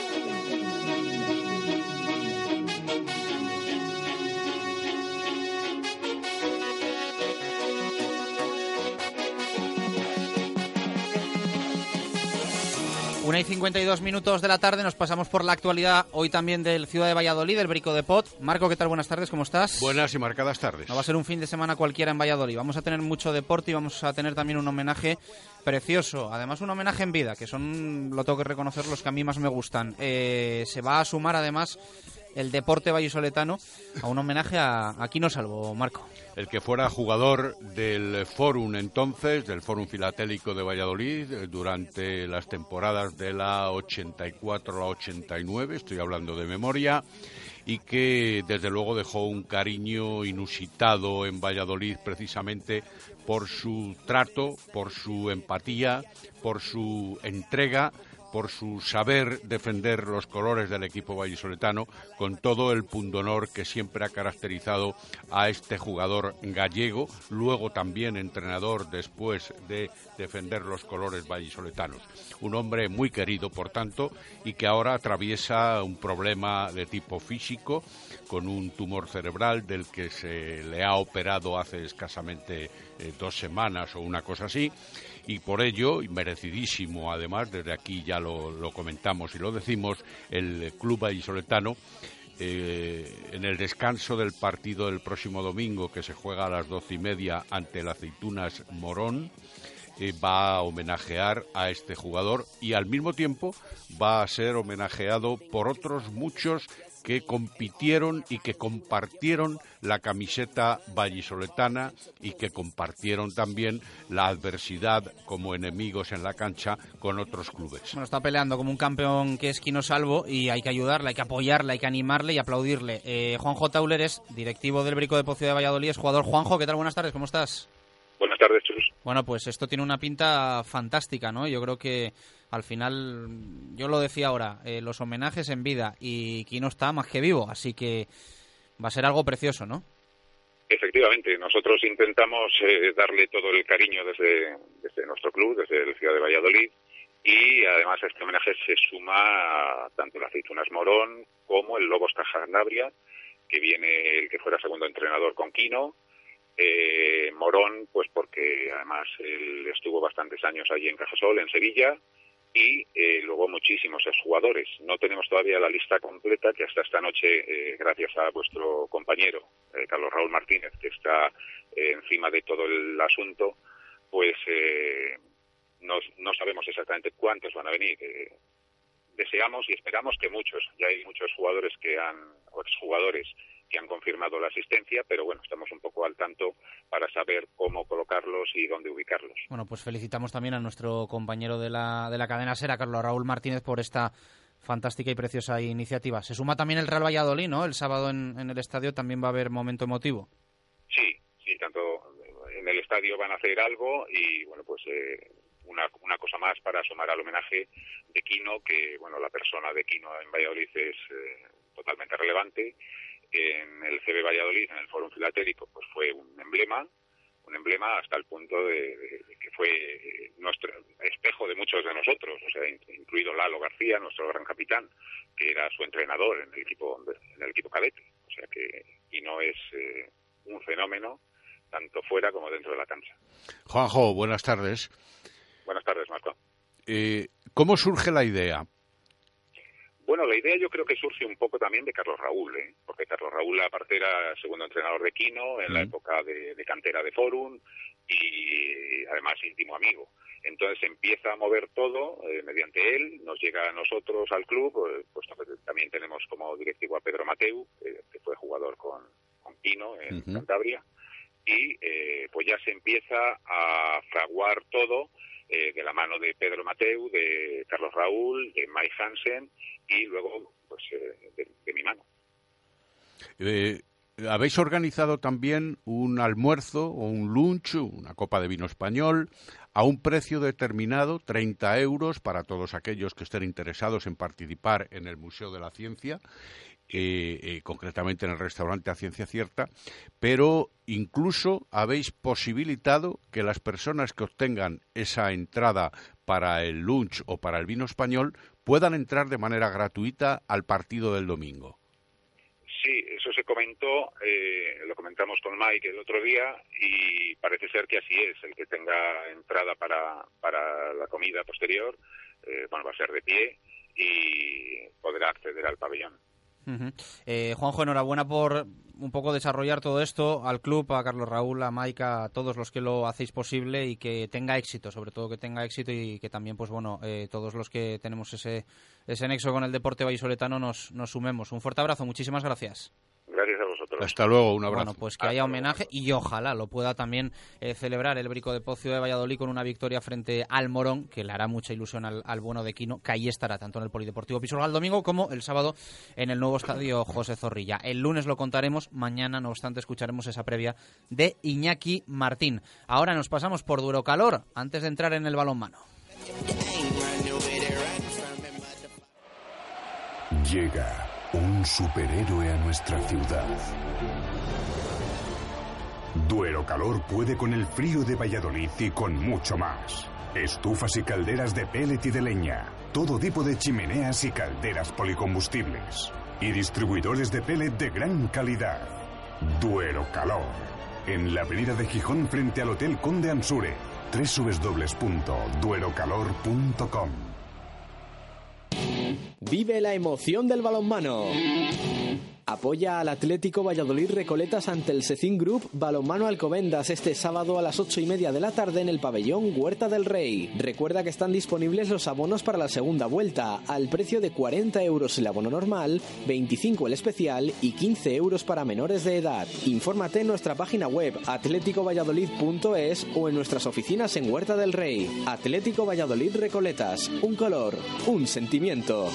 1:52 minutos de la tarde, nos pasamos por la actualidad hoy también del Ciudad de Valladolid, del Brico de Pot. Marco, ¿qué tal? Buenas tardes, ¿cómo estás? Buenas y marcadas tardes. No va a ser un fin de semana cualquiera en Valladolid, vamos a tener mucho deporte y vamos a tener también un homenaje precioso, además un homenaje en vida, que son, lo tengo que reconocer, los que a mí más me gustan. Se va a sumar además el deporte vallisoletano a un homenaje a Quino Salvo, Marco. El que fuera jugador del Fórum entonces, del Fórum Filatélico de Valladolid, durante las temporadas de la 84 a la 89, estoy hablando de memoria, y que desde luego dejó un cariño inusitado en Valladolid precisamente por su trato, por su empatía, por su entrega, por su saber defender los colores del equipo vallisoletano, con todo el pundonor que siempre ha caracterizado a este jugador gallego, luego también entrenador después de defender los colores vallisoletanos. Un hombre muy querido, por tanto, y que ahora atraviesa un problema de tipo físico, con un tumor cerebral del que se le ha operado hace escasamente 2 semanas o una cosa así, y por ello, y merecidísimo además, desde aquí ya lo comentamos y lo decimos, el club vallisoletano, en el descanso del partido del próximo domingo, que se juega a las 12:30 ante el Aceitunas Morón, va a homenajear a este jugador y al mismo tiempo va a ser homenajeado por otros muchos que compitieron y que compartieron la camiseta vallisoletana y que compartieron también la adversidad como enemigos en la cancha con otros clubes. Bueno, está peleando como un campeón que es Quino Salvo y hay que ayudarle, hay que apoyarle, hay que animarle y aplaudirle. Juanjo Tauler es directivo del Brico de Pocio de Valladolid, es jugador. Juanjo, ¿qué tal? Buenas tardes, ¿cómo estás? Buenas tardes, Chus. Bueno, pues esto tiene una pinta fantástica, ¿no? Yo creo que al final, yo lo decía ahora, los homenajes en vida y Quino está más que vivo, así que va a ser algo precioso, ¿no? Efectivamente, nosotros intentamos darle todo el cariño desde nuestro club, desde el Ciudad de Valladolid, y además a este homenaje se suma tanto el Aceitunas Morón como el Lobos Cajanabria, que viene el que fuera segundo entrenador con Quino. Morón, pues porque además él estuvo bastantes años allí en Cajasol, en Sevilla, y luego muchísimos exjugadores. No tenemos todavía la lista completa, que hasta esta noche, gracias a vuestro compañero, Carlos Raúl Martínez, que está encima de todo el asunto, pues no sabemos exactamente cuántos van a venir. Deseamos y esperamos que muchos. Ya hay muchos jugadores o exjugadores que han confirmado la asistencia, pero bueno, estamos un poco al tanto para saber cómo colocarlos y dónde ubicarlos. Bueno, pues felicitamos también a nuestro compañero de la cadena SER, Carlos Raúl Martínez, por esta fantástica y preciosa iniciativa. Se suma también el Real Valladolid, ¿no? El sábado en el estadio también va a haber momento emotivo. Sí, tanto en el estadio van a hacer algo y bueno, pues una cosa más para sumar al homenaje de Quino, que bueno, la persona de Quino en Valladolid es totalmente relevante. En el CB Valladolid, en el Fórum Filatélico, pues fue un emblema un emblema hasta el punto de que fue nuestro espejo de muchos de nosotros, o sea, incluido Lalo García, nuestro gran capitán, que era su entrenador en el equipo cadete. O sea que, y no es un fenómeno tanto fuera como dentro de la cancha. Juanjo, buenas tardes. Buenas tardes, Marco. ¿Cómo surge la idea? Bueno, la idea yo creo que surge un poco también de Carlos Raúl, porque Carlos Raúl aparte era segundo entrenador de Quino en la época de cantera de Forum y además íntimo amigo. Entonces empieza a mover todo mediante él, nos llega a nosotros al club, pues también tenemos como directivo a Pedro Mateu, que fue jugador con Quino en Cantabria, y pues ya se empieza a fraguar todo de la mano de Pedro Mateu, de Carlos Raúl, de Mike Hansen y luego pues de mi mano. Habéis organizado también un almuerzo o un lunch, una copa de vino español, a un precio determinado, 30 euros, para todos aquellos que estén interesados en participar en el Museo de la Ciencia, concretamente en el restaurante A Ciencia Cierta, pero incluso habéis posibilitado que las personas que obtengan esa entrada para el lunch o para el vino español puedan entrar de manera gratuita al partido del domingo. Sí, eso se comentó, lo comentamos con Mike el otro día y parece ser que así es. El que tenga entrada para la comida posterior, va a ser de pie y podrá acceder al pabellón. Juanjo, enhorabuena por un poco desarrollar todo esto, al club, a Carlos Raúl, a Mike, a todos los que lo hacéis posible y que tenga éxito, sobre todo que tenga éxito y que también, pues bueno, todos los que tenemos ese nexo con el deporte vallisoletano nos sumemos. Un fuerte abrazo, muchísimas gracias. Gracias a vosotros. Hasta luego, un abrazo. Bueno, pues que haya homenaje y ojalá lo pueda también celebrar el Brico de Pocio de Valladolid con una victoria frente al Morón, que le hará mucha ilusión al bueno de Quino, que ahí estará tanto en el Polideportivo Pisuerga el domingo como el sábado en el nuevo estadio José Zorrilla. El lunes lo contaremos, mañana, no obstante, escucharemos esa previa de Iñaki Martín. Ahora nos pasamos por Duero Calor, antes de entrar en el balonmano. Llega un superhéroe a nuestra ciudad. Duero Calor puede con el frío de Valladolid y con mucho más. Estufas y calderas de pellet y de leña. Todo tipo de chimeneas y calderas policombustibles. Y distribuidores de pellet de gran calidad. Duero Calor. En la avenida de Gijón frente al Hotel Conde Ansure. www.duerocalor.com. Vive la emoción del balonmano. Apoya al Atlético Valladolid Recoletas ante el Secin Group Balonmano Alcobendas este sábado a las 8:30 de la tarde en el pabellón Huerta del Rey. Recuerda que están disponibles los abonos para la segunda vuelta al precio de 40 euros el abono normal, 25 el especial y 15 euros para menores de edad. Infórmate en nuestra página web atléticovalladolid.es o en nuestras oficinas en Huerta del Rey. Atlético Valladolid Recoletas, un color, un sentimiento.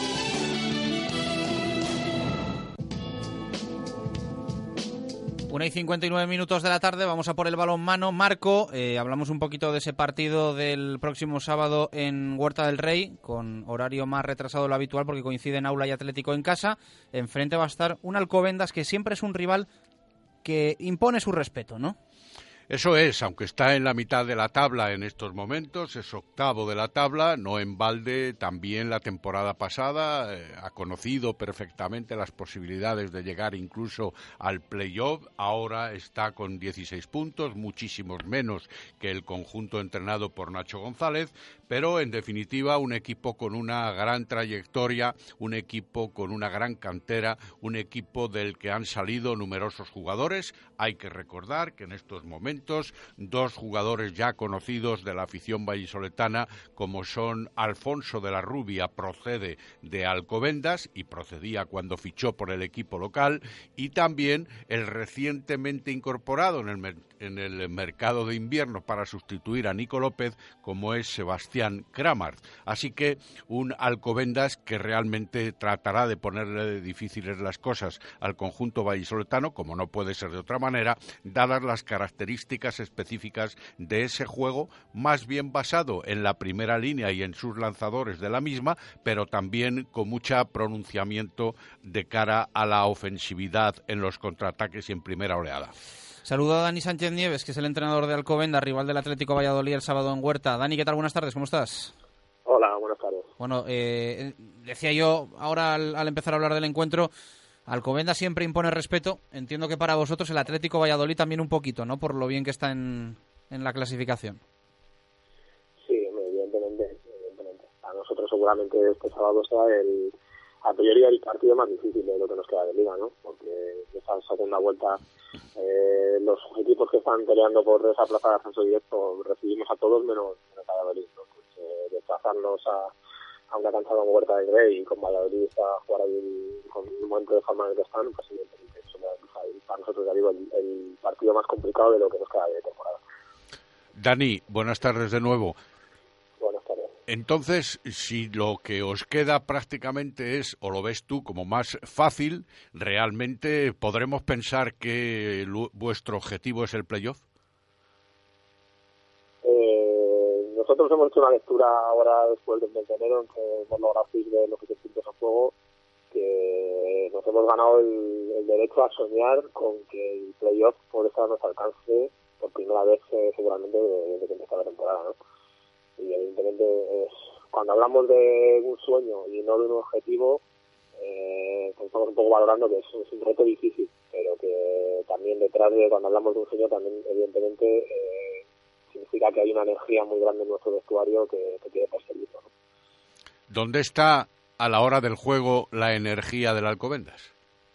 1:59 de la tarde, vamos a por el balonmano. Marco, hablamos un poquito de ese partido del próximo sábado en Huerta del Rey, con horario más retrasado de lo habitual porque coinciden Aula y Atlético en casa. Enfrente va a estar un Alcobendas que siempre es un rival que impone su respeto, ¿no? Eso es, aunque está en la mitad de la tabla en estos momentos, es octavo de la tabla, no en balde, también la temporada pasada ha conocido perfectamente las posibilidades de llegar incluso al playoff, ahora está con 16 puntos, muchísimos menos que el conjunto entrenado por Nacho González, pero en definitiva un equipo con una gran trayectoria, un equipo con una gran cantera, un equipo del que han salido numerosos jugadores. Hay que recordar que en estos momentos dos jugadores ya conocidos de la afición vallisoletana, como son Alfonso de la Rubia, procede de Alcobendas y procedía cuando fichó por el equipo local, y también el recientemente incorporado en el mercado de invierno para sustituir a Nico López, como es Sebastián Kramart. Así que un Alcobendas que realmente tratará de ponerle difíciles las cosas al conjunto vallisoletano, como no puede ser de otra manera, dadas las características específicas de ese juego, más bien basado en la primera línea y en sus lanzadores de la misma, pero también con mucho pronunciamiento de cara a la ofensividad en los contraataques y en primera oleada. Saludo a Dani Sánchez Nieves, que es el entrenador de Alcobendas, rival del Atlético Valladolid el sábado en Huerta. Dani, ¿qué tal? Buenas tardes, ¿cómo estás? Hola, buenas tardes. Bueno, decía yo ahora al empezar a hablar del encuentro, Alcobendas siempre impone respeto. Entiendo que para vosotros el Atlético Valladolid también un poquito, ¿no? Por lo bien que está en la clasificación. Sí, evidentemente. A nosotros seguramente este sábado sea a priori el partido más difícil de lo que nos queda de liga, ¿no? Porque esta segunda vuelta los equipos que están peleando por esa plaza de ascenso directo recibimos a todos menos Valladolid, ¿no? Pues, desplazarnos a una cancha como Huerta del Rey y con Valladolid a jugar ahí con un momento de forma en el que están, pues evidentemente eso para nosotros, ya digo, el partido más complicado de lo que nos queda de temporada. Dani, buenas tardes de nuevo. Buenas tardes. Entonces, si lo que os queda prácticamente es, o lo ves tú como más fácil, ¿realmente podremos pensar que vuestro objetivo es el playoff? Nosotros hemos hecho una lectura ahora después del mes de enero en que hemos logrado ir de los 7 puntos a juego, que nos hemos ganado el derecho a soñar con que el playoff puede estar a nuestro alcance por primera vez seguramente desde que empezó la temporada, ¿no? Y evidentemente cuando hablamos de un sueño y no de un objetivo, pues estamos un poco valorando que es un reto difícil, pero que también detrás de cuando hablamos de un sueño también evidentemente significa que hay una energía muy grande en nuestro vestuario que quiere perseguirlo, ¿no? ¿Dónde está a la hora del juego la energía del Alcobendas?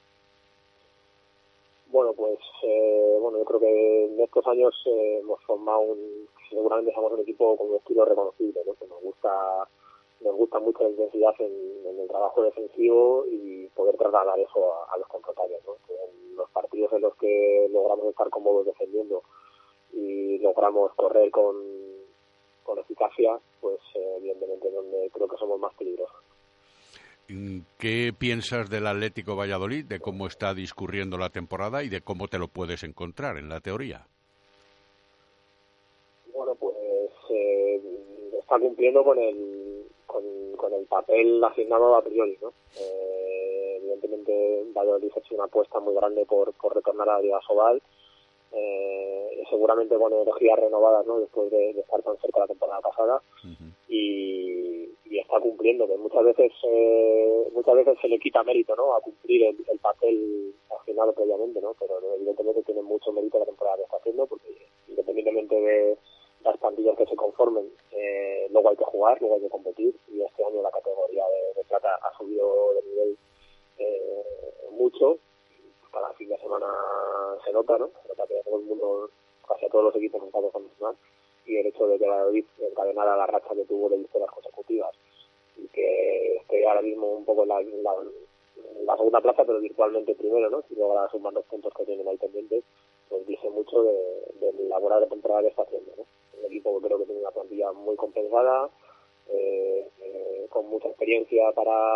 Bueno, pues yo creo que en estos años hemos formado seguramente somos un equipo con un estilo reconocible, ¿no? Que nos gusta mucho la intensidad en el trabajo defensivo y poder trasladar eso a los contrarios, ¿no? Que en los partidos en los que logramos estar cómodos defendiendo y logramos correr con eficacia, pues evidentemente donde creo que somos más peligrosos. ¿Qué piensas del Atlético Valladolid, de cómo está discurriendo la temporada y de cómo te lo puedes encontrar en la teoría? Bueno, pues está cumpliendo con el papel asignado a priori, ¿no? Evidentemente Valladolid ha hecho una apuesta muy grande por retornar a la Liga Sobal, seguramente con energías renovadas, ¿no? Después de estar tan cerca la temporada pasada. Y está cumpliendo, que muchas veces se le quita mérito, ¿no? A cumplir el papel asignado previamente, ¿no? Pero evidentemente tiene mucho mérito la temporada que está haciendo, porque independientemente de las plantillas que se conformen, luego hay que jugar, luego hay que competir, y este año la categoría de plata ha subido de nivel mucho. Cada fin de semana se nota, ¿no? Se nota que todo el mundo, casi a todos los equipos están dejando más, y el hecho de que Valladolid encadenara la racha que tuvo de victorias consecutivas y que esté ahora mismo un poco en la segunda plaza, pero virtualmente primero, ¿no? Si logra sumar los puntos que tienen ahí pendientes, pues dice mucho de la buena temporada que está haciendo, ¿no? El equipo creo que tiene una plantilla muy compensada, con mucha experiencia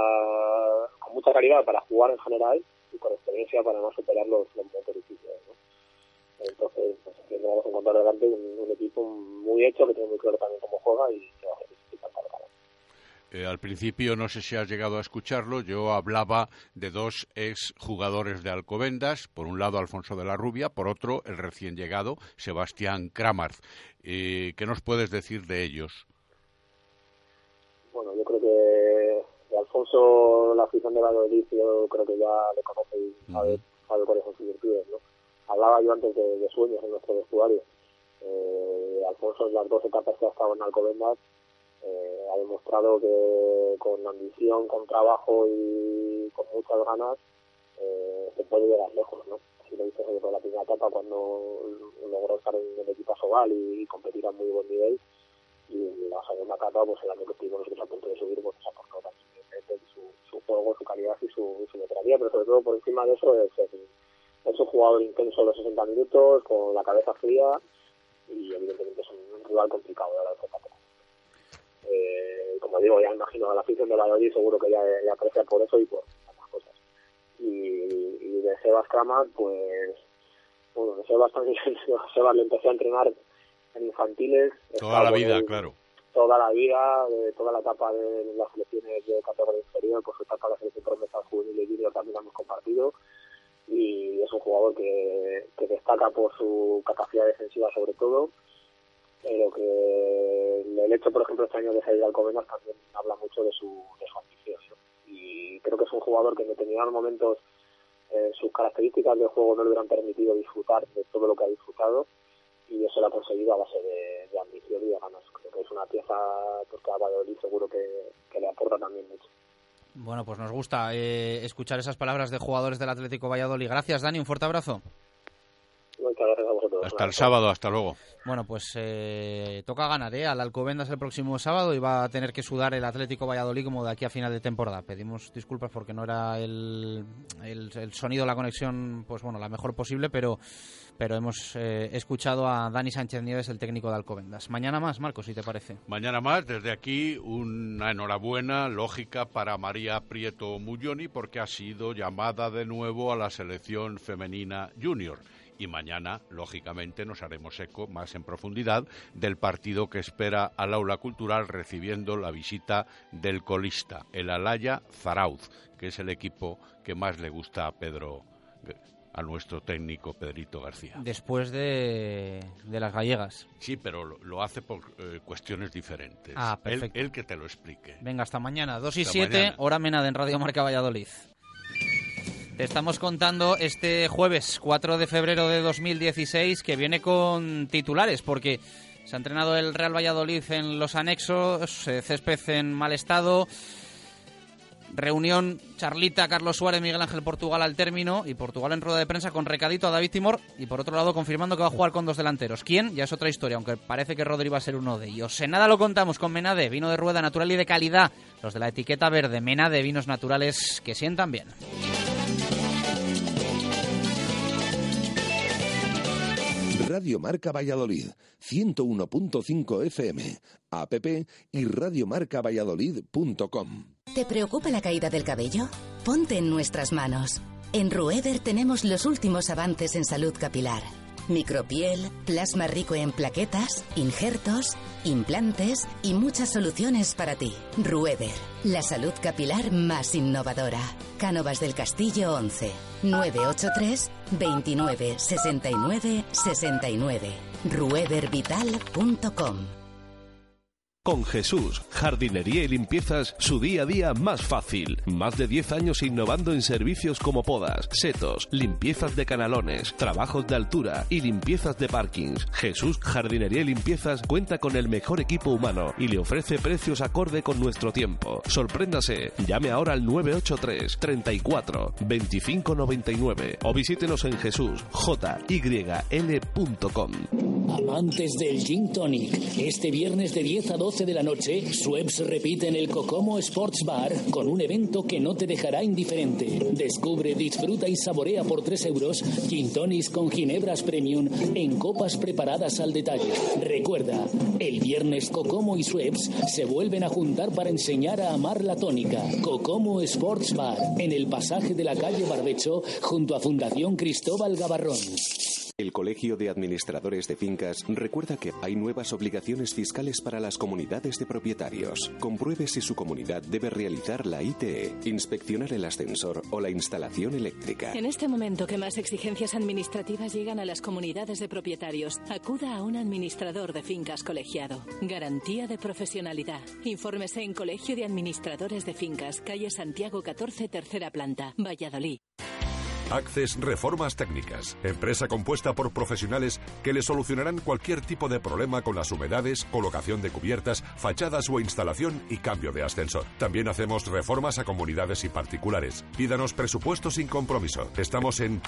con mucha calidad para jugar en general y con experiencia para no superar los momentos difíciles, ¿no? Entonces, pues aquí nos vamos a encontrar delante un equipo muy hecho, que tiene muy claro también cómo juega y que va a ser difícil para ganar. Al principio, no sé si has llegado a escucharlo, yo hablaba de dos exjugadores de Alcobendas, por un lado Alfonso de la Rubia, por otro el recién llegado Sebastián Kramarz. ¿Qué nos puedes decir de ellos? Bueno, yo creo que de Alfonso, la afición de Valladolid, yo creo que ya le conoce y sabe cuáles son sus virtudes, ¿no? Hablaba yo antes de sueños en nuestro vestuario. Alfonso, en las 2 etapas que ha estado en Alcobendas, ha demostrado que con ambición, con trabajo y con muchas ganas se puede llegar lejos, ¿no? Así lo hizo sobre todo la primera etapa cuando logró estar en el equipo Sobal y competir a muy buen nivel, y en la segunda etapa, pues el año que estuvimos nosotros a punto de subir, pues se aportó también su juego, su calidad y su metodología, pero sobre todo por encima de eso es un jugador intenso los 60 minutos, con la cabeza fría, y evidentemente es un rival complicado de la etapa. Como digo, ya imagino a la afición de Valladolid seguro que ya aprecia por eso y por otras cosas. Y de Sebas Kramarz, pues bueno, de Sebas también le empecé a entrenar en infantiles. Toda la vida, claro. Toda la vida, toda la etapa de las selecciones de categoría inferior, pues su etapa de la selección promesa juvenil y junior también la hemos compartido. y es un jugador que destaca por su capacidad defensiva sobre todo, pero que el hecho, por ejemplo, este año de salir al Alcobendas también habla mucho de su ambición, ¿no? Y creo que es un jugador que en determinados momentos sus características de juego no le hubieran permitido disfrutar de todo lo que ha disfrutado, y eso lo ha conseguido a base de ambición y de ganas. Creo que es una pieza porque a Valladolid seguro que le aporta también mucho. Bueno, pues nos gusta escuchar esas palabras de jugadores del Atlético Valladolid. Gracias, Dani, un fuerte abrazo. Muchas gracias a vosotros. Hasta el sábado, hasta luego. Bueno, pues toca ganar al Alcobendas el próximo sábado y va a tener que sudar el Atlético Valladolid como de aquí a final de temporada. Pedimos disculpas porque no era el sonido, la conexión, pues bueno, la mejor posible, pero hemos escuchado a Dani Sánchez Nieves, el técnico de Alcobendas. Mañana más, Marcos, si te parece. Mañana más, desde aquí una enhorabuena lógica para María Prieto Mulloni porque ha sido llamada de nuevo a la selección femenina junior. Y mañana, lógicamente, nos haremos eco más en profundidad del partido que espera al Aula Cultural recibiendo la visita del colista, el Alaya Zarauz, que es el equipo que más le gusta a nuestro técnico Pedrito García. Después de las gallegas. Sí, pero lo hace por cuestiones diferentes. Ah, perfecto. Él que te lo explique. Venga, hasta mañana. 2:07, hora Menade en Radio Marca Valladolid. Te estamos contando este jueves 4 de febrero de 2016 que viene con titulares porque se ha entrenado el Real Valladolid en los anexos, césped en mal estado, reunión, charlita, Carlos Suárez, Miguel Ángel Portugal al término y Portugal en rueda de prensa con recadito a David Timor y por otro lado confirmando que va a jugar con dos delanteros. ¿Quién? Ya es otra historia, aunque parece que Rodri va a ser uno de ellos. En nada lo contamos con Menade, vino de rueda natural y de calidad, los de la etiqueta verde, Menade, vinos naturales que sientan bien. Radio Marca Valladolid, 101.5 FM, app y radiomarcavalladolid.com. ¿Te preocupa la caída del cabello? Ponte en nuestras manos. En Rueder tenemos los últimos avances en salud capilar. Micropiel, plasma rico en plaquetas, injertos, implantes y muchas soluciones para ti. Rueder, la salud capilar más innovadora. Cánovas del Castillo 11, 983 29 69 69. ruedervital.com. Con Jesús, jardinería y limpiezas, su día a día más fácil. Más de 10 años innovando en servicios como podas, setos, limpiezas de canalones, trabajos de altura y limpiezas de parkings. Jesús, jardinería y limpiezas cuenta con el mejor equipo humano y le ofrece precios acorde con nuestro tiempo. Sorpréndase, llame ahora al 983 34 25 99 o visítenos en jesusjyl.com. Amantes del Gin Tonic, este viernes de 10 a 12 de la noche, Schweppes repite en el Kokomo Sports Bar con un evento que no te dejará indiferente. Descubre, disfruta y saborea por 3 euros Gin Tonics con ginebras premium en copas preparadas al detalle. Recuerda, el viernes Kokomo y Schweppes se vuelven a juntar para enseñar a amar la tónica. Kokomo Sports Bar, en el pasaje de la calle Barbecho, junto a Fundación Cristóbal Gavarrón. El Colegio de Administradores de Fincas recuerda que hay nuevas obligaciones fiscales para las comunidades de propietarios. Compruebe si su comunidad debe realizar la ITE, inspeccionar el ascensor o la instalación eléctrica. En este momento que más exigencias administrativas llegan a las comunidades de propietarios, acuda a un administrador de fincas colegiado. Garantía de profesionalidad. Infórmese en Colegio de Administradores de Fincas, calle Santiago 14, tercera planta, Valladolid. Access Reformas Técnicas, empresa compuesta por profesionales que le solucionarán cualquier tipo de problema con las humedades, colocación de cubiertas, fachadas o instalación y cambio de ascensor. También hacemos reformas a comunidades y particulares. Pídanos presupuesto sin compromiso. Estamos en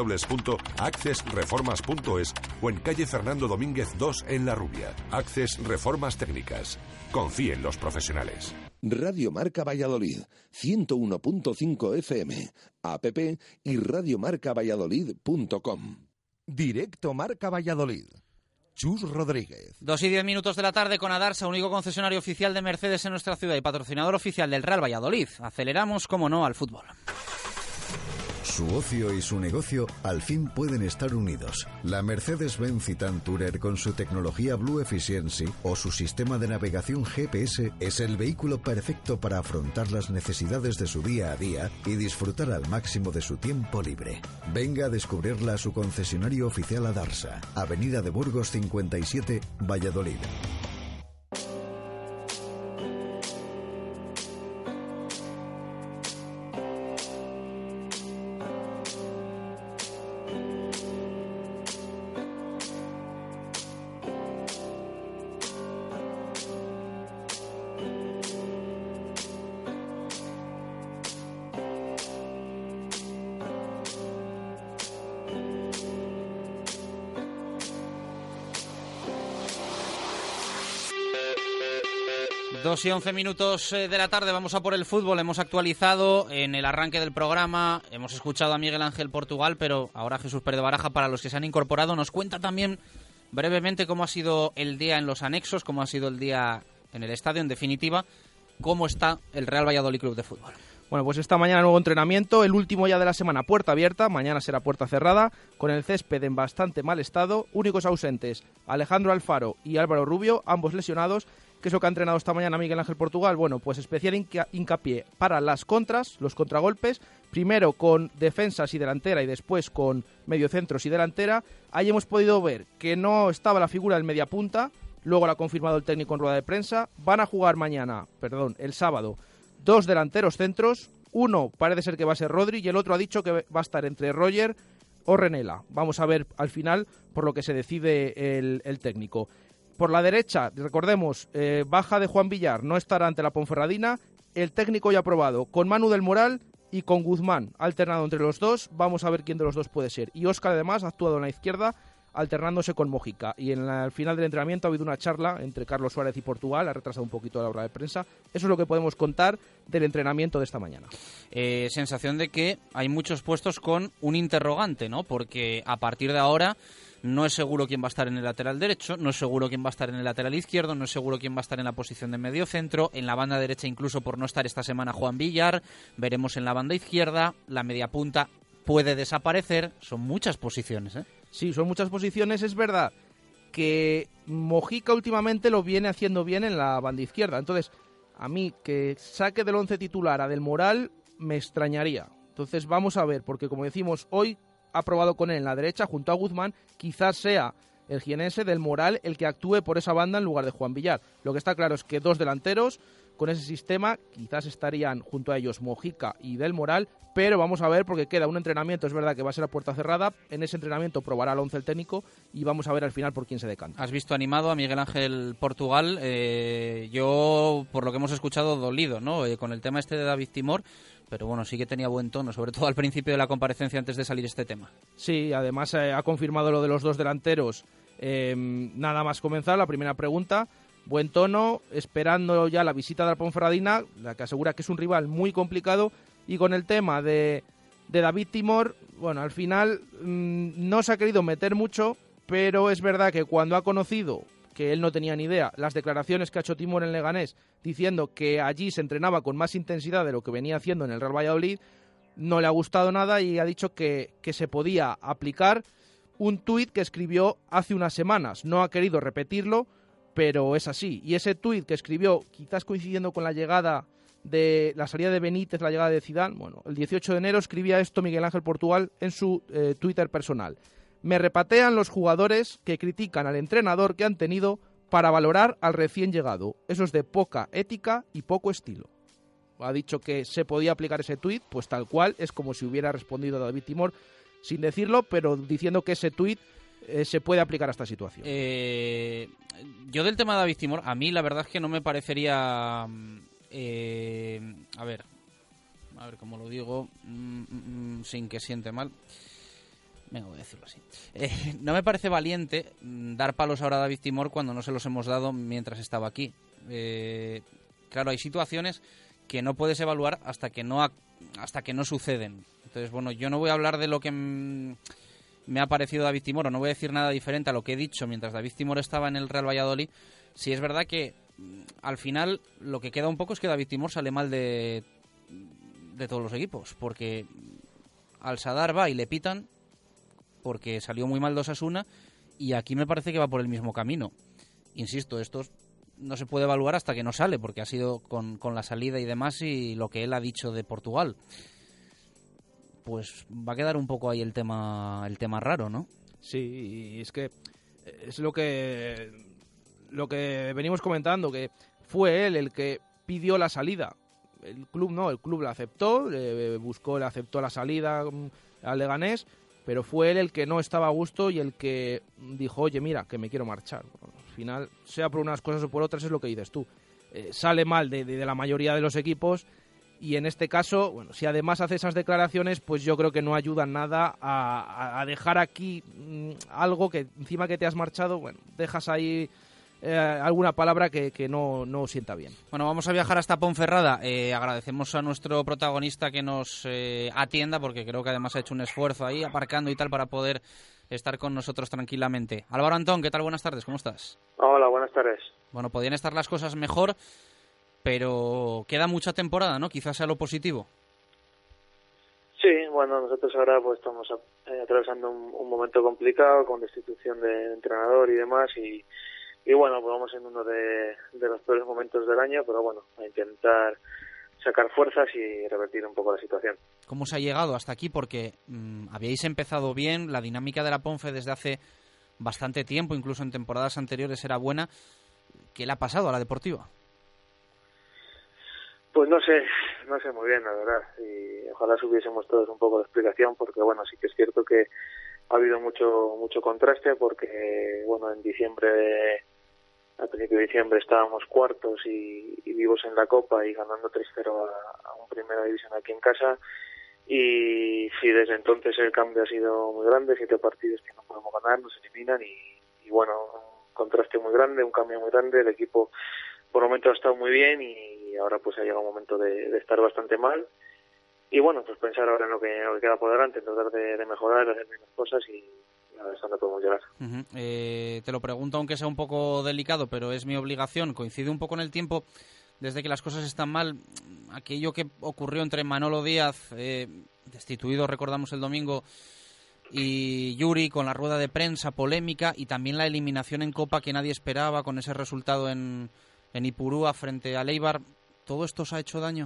www.accessreformas.es o en calle Fernando Domínguez 2 en La Rubia. Access Reformas Técnicas. Confíe en los profesionales. Radio Marca Valladolid, 101.5 FM, app y radiomarcavalladolid.com. Directo Marca Valladolid. Chus Rodríguez. 2:10 de la tarde con Adarsa, único concesionario oficial de Mercedes en nuestra ciudad y patrocinador oficial del Real Valladolid. Aceleramos, como no, al fútbol. Su ocio y su negocio al fin pueden estar unidos. La Mercedes-Benz Citan Tourer con su tecnología Blue Efficiency o su sistema de navegación GPS es el vehículo perfecto para afrontar las necesidades de su día a día y disfrutar al máximo de su tiempo libre. Venga a descubrirla a su concesionario oficial Adarsa, Avenida de Burgos 57, Valladolid. Dos y 11 minutos de la tarde, vamos a por el fútbol. Hemos actualizado en el arranque del programa, hemos escuchado a Miguel Ángel Portugal, pero ahora Jesús Pérez de Baraja, para los que se han incorporado, nos cuenta también brevemente cómo ha sido el día en los anexos, cómo ha sido el día en el estadio, en definitiva, cómo está el Real Valladolid Club de Fútbol. Bueno, pues esta mañana nuevo entrenamiento, el último ya de la semana, puerta abierta, mañana será puerta cerrada, con el césped en bastante mal estado, únicos ausentes, Alejandro Alfaro y Álvaro Rubio, ambos lesionados. ¿Qué es lo que ha entrenado esta mañana Miguel Ángel Portugal? Bueno, pues especial hincapié para las contras, los contragolpes, primero con defensas y delantera y después con mediocentros y delantera. Ahí hemos podido ver que no estaba la figura del mediapunta, luego lo ha confirmado el técnico en rueda de prensa. Van a jugar el sábado, 2 delanteros centros, uno parece ser que va a ser Rodri y el otro ha dicho que va a estar entre Roger o Renela. Vamos a ver al final por lo que se decide el técnico. Por la derecha, recordemos, baja de Juan Villar, no estará ante la Ponferradina. El técnico ya ha probado con Manu del Moral y con Guzmán, alternado entre los dos. Vamos a ver quién de los dos puede ser. Y Óscar, además, ha actuado en la izquierda, alternándose con Mojica. Y al final del entrenamiento ha habido una charla entre Carlos Suárez y Portugal, ha retrasado un poquito la hora de prensa. Eso es lo que podemos contar del entrenamiento de esta mañana. Sensación de que hay muchos puestos con un interrogante, ¿no? Porque a partir de ahora no es seguro quién va a estar en el lateral derecho, no es seguro quién va a estar en el lateral izquierdo, no es seguro quién va a estar en la posición de medio centro, en la banda derecha incluso por no estar esta semana Juan Villar, veremos en la banda izquierda, la media punta puede desaparecer, son muchas posiciones, ¿eh? Sí, son muchas posiciones, es verdad que Mojica últimamente lo viene haciendo bien en la banda izquierda, entonces a mí que saque del 11 titular a Del Moral me extrañaría, entonces vamos a ver, porque como decimos hoy, ha probado con él en la derecha junto a Guzmán, quizás sea el jienense Del Moral el que actúe por esa banda en lugar de Juan Villar. Lo que está claro es que 2 delanteros con ese sistema quizás estarían junto a ellos Mojica y Del Moral, pero vamos a ver porque queda un entrenamiento, es verdad que va a ser a puerta cerrada, en ese entrenamiento probará el 11 el técnico y vamos a ver al final por quién se decanta. Has visto animado a Miguel Ángel Portugal, yo por lo que hemos escuchado dolido, ¿no? Con el tema este de David Timor, pero bueno, sí que tenía buen tono, sobre todo al principio de la comparecencia antes de salir este tema. Sí, además ha confirmado lo de los 2 delanteros, nada más comenzar la primera pregunta, buen tono, esperando ya la visita de la Ponferradina, la que asegura que es un rival muy complicado, y con el tema de David Timor, bueno, al final no se ha querido meter mucho, pero es verdad que cuando ha conocido que él no tenía ni idea, las declaraciones que ha hecho Timor en Leganés diciendo que allí se entrenaba con más intensidad de lo que venía haciendo en el Real Valladolid, no le ha gustado nada y ha dicho que se podía aplicar un tuit que escribió hace unas semanas. No ha querido repetirlo, pero es así. Y ese tuit que escribió, quizás coincidiendo con la llegada de la salida de Benítez, la llegada de Zidane, bueno, el 18 de enero escribía esto Miguel Ángel Portugal en su Twitter personal. Me repatean los jugadores que critican al entrenador que han tenido para valorar al recién llegado. Eso es de poca ética y poco estilo. Ha dicho que se podía aplicar ese tuit, pues tal cual, es como si hubiera respondido a David Timor sin decirlo, pero diciendo que ese tuit se puede aplicar a esta situación. Yo del tema de David Timor, a mí la verdad es que no me parecería... a ver cómo lo digo, sin que siente mal. Venga, voy a decirlo así. No me parece valiente dar palos ahora a David Timor cuando no se los hemos dado mientras estaba aquí. Claro, hay situaciones que no puedes evaluar hasta que no suceden. Entonces, bueno, yo no voy a hablar de lo que me ha parecido David Timor, o no voy a decir nada diferente a lo que he dicho mientras David Timor estaba en el Real Valladolid. Si es verdad que al final lo que queda un poco es que David Timor sale mal de todos los equipos, porque al Sadar va y le pitan porque salió muy mal de Osasuna, y aquí me parece que va por el mismo camino. Insisto, esto no se puede evaluar hasta que no sale, porque ha sido con la salida y demás y lo que él ha dicho de Portugal. Pues va a quedar un poco ahí el tema raro, ¿no? Sí, y es que es lo que venimos comentando, que fue él el que pidió la salida. El club no, el club la aceptó, le aceptó la salida al Leganés, pero fue él el que no estaba a gusto y el que dijo, oye, mira, que me quiero marchar. Bueno, al final, sea por unas cosas o por otras, es lo que dices tú. Sale mal de la mayoría de los equipos, y en este caso, bueno, si además hace esas declaraciones, pues yo creo que no ayudan nada a dejar aquí algo que encima que te has marchado, bueno, dejas ahí alguna palabra que no sienta bien. Bueno, vamos a viajar hasta Ponferrada. Agradecemos a nuestro protagonista que nos atienda, porque creo que además ha hecho un esfuerzo ahí, aparcando y tal, para poder estar con nosotros tranquilamente. Álvaro Antón, ¿qué tal? Buenas tardes, ¿cómo estás? Hola, buenas tardes. Bueno, podían estar las cosas mejor, pero queda mucha temporada, ¿no? Quizás sea lo positivo. Sí, bueno, nosotros ahora pues estamos atravesando un momento complicado con destitución de entrenador y demás, y bueno, pues vamos en uno de los peores momentos del año, pero bueno, a intentar sacar fuerzas y revertir un poco la situación. ¿Cómo se ha llegado hasta aquí? Porque habíais empezado bien, la dinámica de la Ponfe desde hace bastante tiempo, incluso en temporadas anteriores era buena. ¿Qué le ha pasado a la Deportiva? Pues no sé muy bien, la verdad, y ojalá supiésemos todos un poco de explicación, porque bueno, sí que es cierto que ha habido mucho contraste, porque bueno, en diciembre, al principio de diciembre estábamos cuartos y vivos en la Copa y ganando 3-0 a un Primera División aquí en casa, y sí, desde entonces el cambio ha sido muy grande, 7 partidos que no podemos ganar, nos eliminan y bueno, un contraste muy grande, un cambio muy grande, el equipo por el momento ha estado muy bien y ahora pues ha llegado un momento de estar bastante mal. Y bueno, pues pensar ahora en lo que queda por delante, tratar de mejorar, de hacer bien las cosas y a ver hasta dónde podemos llegar. Te lo pregunto aunque sea un poco delicado, pero es mi obligación. Coincide un poco en el tiempo, desde que las cosas están mal, aquello que ocurrió entre Manolo Díaz, destituido, recordamos el domingo, y Yuri, con la rueda de prensa, polémica, y también la eliminación en Copa que nadie esperaba, con ese resultado en Ipurúa frente a Eibar. ¿Todo esto os ha hecho daño?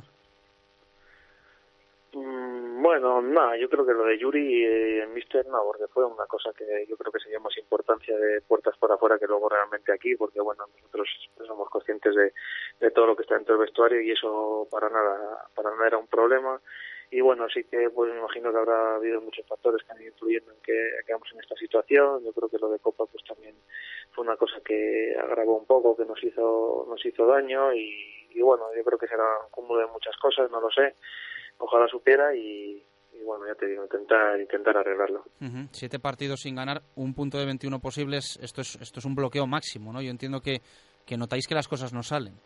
Bueno, nada, yo creo que lo de Yuri en Mister no, porque fue una cosa que yo creo que se dio más importancia de puertas por afuera que luego realmente aquí, porque bueno, nosotros somos conscientes de todo lo que está dentro del vestuario y eso para nada era un problema. Y bueno, sí que pues me imagino que habrá habido muchos factores que han ido influyendo en que quedamos en esta situación. Yo creo que lo de Copa pues también fue una cosa que agravó un poco, que nos hizo daño y bueno, yo creo que será un cúmulo de muchas cosas, no lo sé. Ojalá supiera y bueno, ya te digo, intentar arreglarlo. 7 partidos sin ganar, un punto de 21 posibles, esto es un bloqueo máximo, ¿no? Yo entiendo que notáis que las cosas no salen.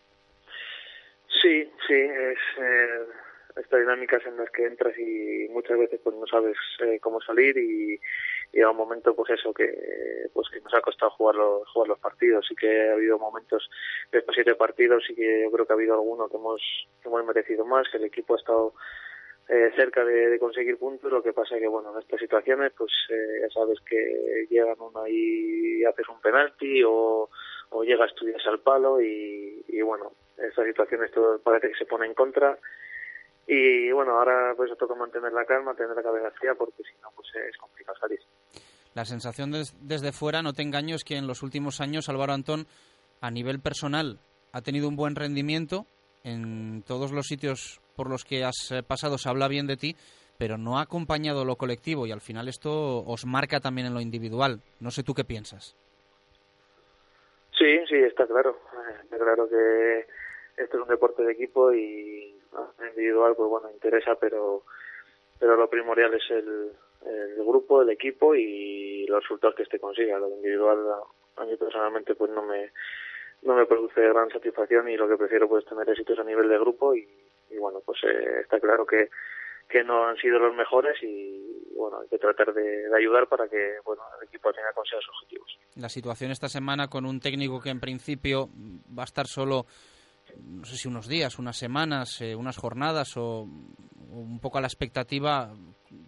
Sí, es estas dinámicas en las que entras y muchas veces pues no sabes cómo salir y a un momento pues eso que nos ha costado jugar los partidos. Sí que ha habido momentos de estos 7 partidos y que yo creo que ha habido alguno que hemos merecido más, que el equipo ha estado cerca de conseguir puntos. Lo que pasa es que bueno, en estas situaciones pues ya sabes que llegan uno y haces un penalti o llegas tú al palo y bueno, estas situaciones todo parece que se pone en contra. Y bueno, ahora pues toca mantener la calma, tener la cabeza fría, porque si no pues es complicado salir. La sensación desde fuera, no te engaño, es que en los últimos años Álvaro Antón, a nivel personal, ha tenido un buen rendimiento. En todos los sitios por los que has pasado se habla bien de ti, pero no ha acompañado lo colectivo y al final esto os marca también en lo individual. No sé tú qué piensas. Sí, está claro. Está claro que esto es un deporte de equipo y individual pues bueno, interesa, pero lo primordial es el grupo, el equipo y los resultados que este consiga. Lo individual a mí personalmente pues no me produce gran satisfacción y lo que prefiero pues tener éxitos a nivel de grupo y bueno, pues está claro que no han sido los mejores y bueno, hay que tratar de ayudar para que bueno, el equipo al final consiga sus objetivos. La situación esta semana con un técnico que en principio va a estar solo, no sé si unos días, unas semanas, unas jornadas o un poco a la expectativa,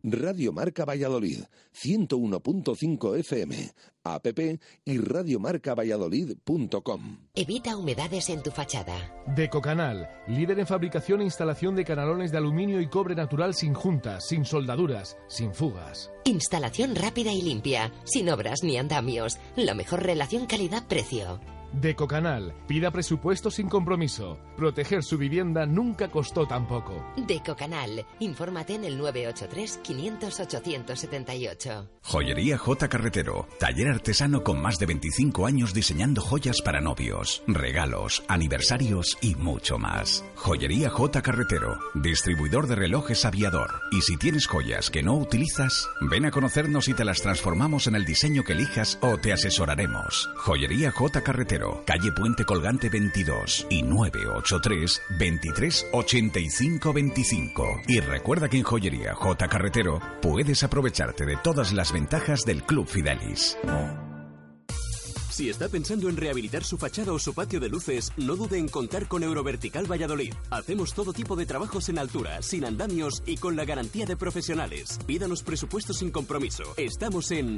Radio Marca Valladolid, 101.5 FM, app y radiomarcavalladolid.com. Evita humedades en tu fachada. Decocanal, líder en fabricación e instalación de canalones de aluminio y cobre natural sin juntas, sin soldaduras, sin fugas. Instalación rápida y limpia, sin obras ni andamios. La mejor relación calidad-precio. Decocanal, pida presupuesto sin compromiso. Proteger su vivienda nunca costó tan poco. Decocanal, infórmate en el 983 500 878. Joyería J. Carretero, taller artesano con más de 25 años diseñando joyas para novios, regalos, aniversarios y mucho más. Joyería J. Carretero, distribuidor de relojes Aviador. Y si tienes joyas que no utilizas, ven a conocernos y te las transformamos en el diseño que elijas o te asesoraremos. Joyería J. Carretero, calle Puente Colgante 22 y 983 23 85 25. Y recuerda que en Joyería J. Carretero puedes aprovecharte de todas las ventajas del Club Fidelis. Si está pensando en rehabilitar su fachada o su patio de luces, no dude en contar con Eurovertical Valladolid. Hacemos todo tipo de trabajos en altura, sin andamios y con la garantía de profesionales. Pídanos presupuestos sin compromiso. Estamos en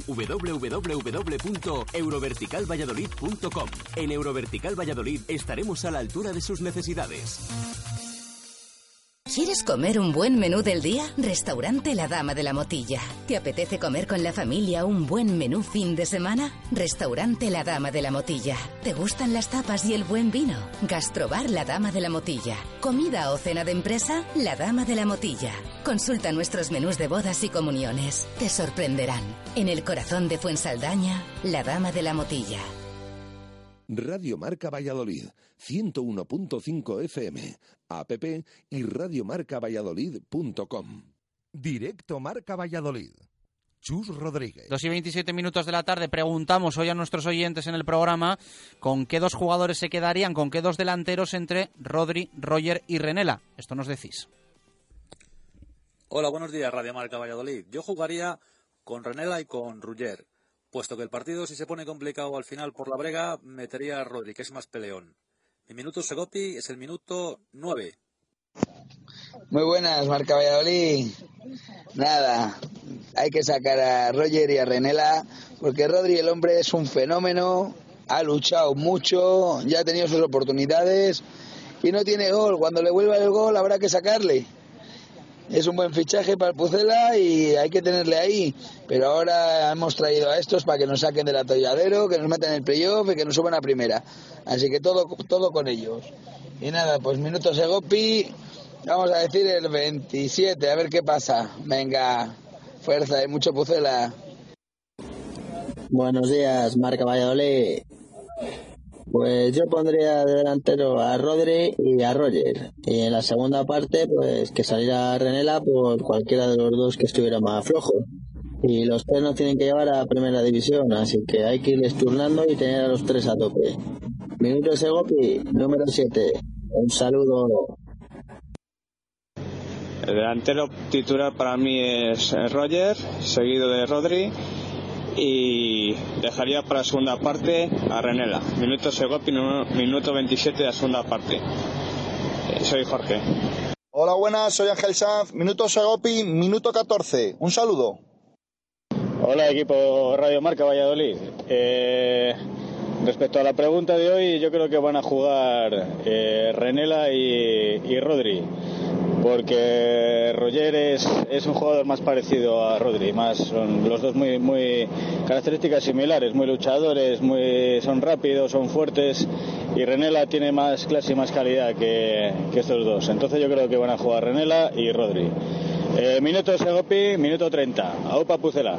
www.euroverticalvalladolid.com. En Eurovertical Valladolid estaremos a la altura de sus necesidades. ¿Quieres comer un buen menú del día? Restaurante La Dama de la Motilla. ¿Te apetece comer con la familia un buen menú fin de semana? Restaurante La Dama de la Motilla. ¿Te gustan las tapas y el buen vino? Gastrobar La Dama de la Motilla. ¿Comida o cena de empresa? La Dama de la Motilla. Consulta nuestros menús de bodas y comuniones. Te sorprenderán. En el corazón de Fuensaldaña, La Dama de la Motilla. Radio Marca Valladolid, 101.5 FM, app y radiomarcavalladolid.com. Directo Marca Valladolid. Chus Rodríguez. 2:27 de la tarde. Preguntamos hoy a nuestros oyentes en el programa con qué dos jugadores se quedarían, con qué dos delanteros entre Rodri, Roger y Renela. Esto nos decís. Hola, buenos días, Radio Marca Valladolid. Yo jugaría con Renela y con Roger. Puesto que el partido, si se pone complicado al final por la brega, metería a Rodri, que es más peleón. Mi minuto Segopi es el minuto 9. Muy buenas, Marca Valladolid. Nada, hay que sacar a Roger y a Renela, porque Rodri, el hombre, es un fenómeno, ha luchado mucho, ya ha tenido sus oportunidades y no tiene gol. Cuando le vuelva el gol habrá que sacarle. Es un buen fichaje para el Pucela y hay que tenerle ahí. Pero ahora hemos traído a estos para que nos saquen del atolladero, que nos metan en el playoff y que nos suban a primera. Así que todo con ellos. Y nada, pues minuto Segopi, vamos a decir el 27, a ver qué pasa. Venga, fuerza y mucho Pucela. Buenos días, Marca Valladolid. Pues yo pondría de delantero a Rodri y a Roger. Y en la segunda parte, pues que saliera Renela por cualquiera de los dos que estuviera más flojo. Y los tres nos tienen que llevar a primera división, así que hay que irles turnando y tener a los tres a tope. Minuto Segopi, número 7. Un saludo. El delantero titular para mí es Roger, seguido de Rodri. Y dejaría para la segunda parte a Renela. Minuto Segopi, minuto 27 de la segunda parte. Soy Jorge. Hola, buenas, soy Ángel Sanz. Minuto Segopi, minuto 14. Un saludo. Hola, equipo Radio Marca Valladolid. Respecto a la pregunta de hoy, yo creo que van a jugar Renela y Rodri. Porque Roger es un jugador más parecido a Rodri, son los dos muy características similares, muy luchadores, son rápidos, son fuertes, y Renela tiene más clase y más calidad que estos dos. Entonces yo creo que van a jugar Renela y Rodri. Minuto Segopi, minuto 30. Aupa Pucela.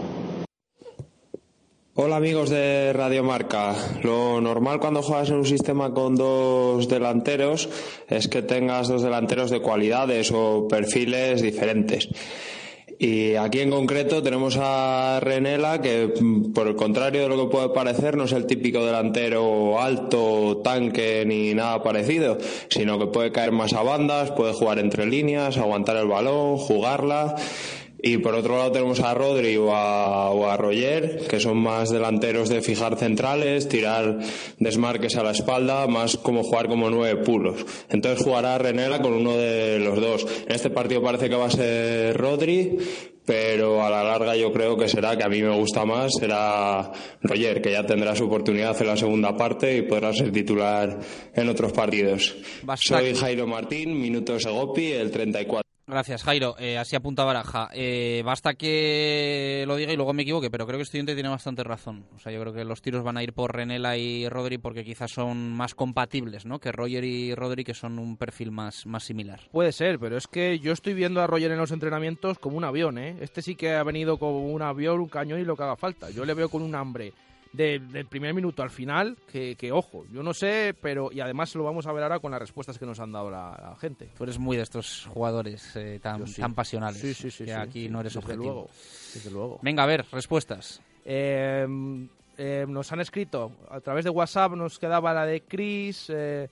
Hola amigos de Radio Marca. Lo normal cuando juegas en un sistema con dos delanteros es que tengas dos delanteros de cualidades o perfiles diferentes. Y aquí en concreto tenemos a Renela, que por el contrario de lo que puede parecer no es el típico delantero alto, tanque ni nada parecido, sino que puede caer más a bandas, puede jugar entre líneas, aguantar el balón, jugarla. Y por otro lado tenemos a Rodri o a Roger, que son más delanteros de fijar centrales, tirar desmarques a la espalda, más como jugar como 9 puros. Entonces jugará Renela con uno de los dos. En este partido parece que va a ser Rodri, pero a la larga yo creo que será, que a mí me gusta más, será Roger, que ya tendrá su oportunidad en la segunda parte y podrá ser titular en otros partidos. Soy Jairo Martín, Minuto Segopi, el 34. Gracias, Jairo. Así apunta Baraja. Basta que lo diga y luego me equivoque, pero creo que Estudiante tiene bastante razón. O sea, yo creo que los tiros van a ir por Renela y Rodri porque quizás son más compatibles, ¿no? Que Roger y Rodri, que son un perfil más similar. Puede ser, pero es que yo estoy viendo a Roger en los entrenamientos como un avión, ¿eh? Este sí que ha venido como un avión, un cañón y lo que haga falta. Yo le veo con un hambre del primer minuto al final, que ojo, yo no sé, pero y además lo vamos a ver ahora con las respuestas que nos han dado la gente. Tú eres muy de estos jugadores tan pasionales. Sí, que aquí no eres objetivo. Desde luego. Venga, a ver, respuestas. Nos han escrito a través de WhatsApp, nos quedaba la de Chris,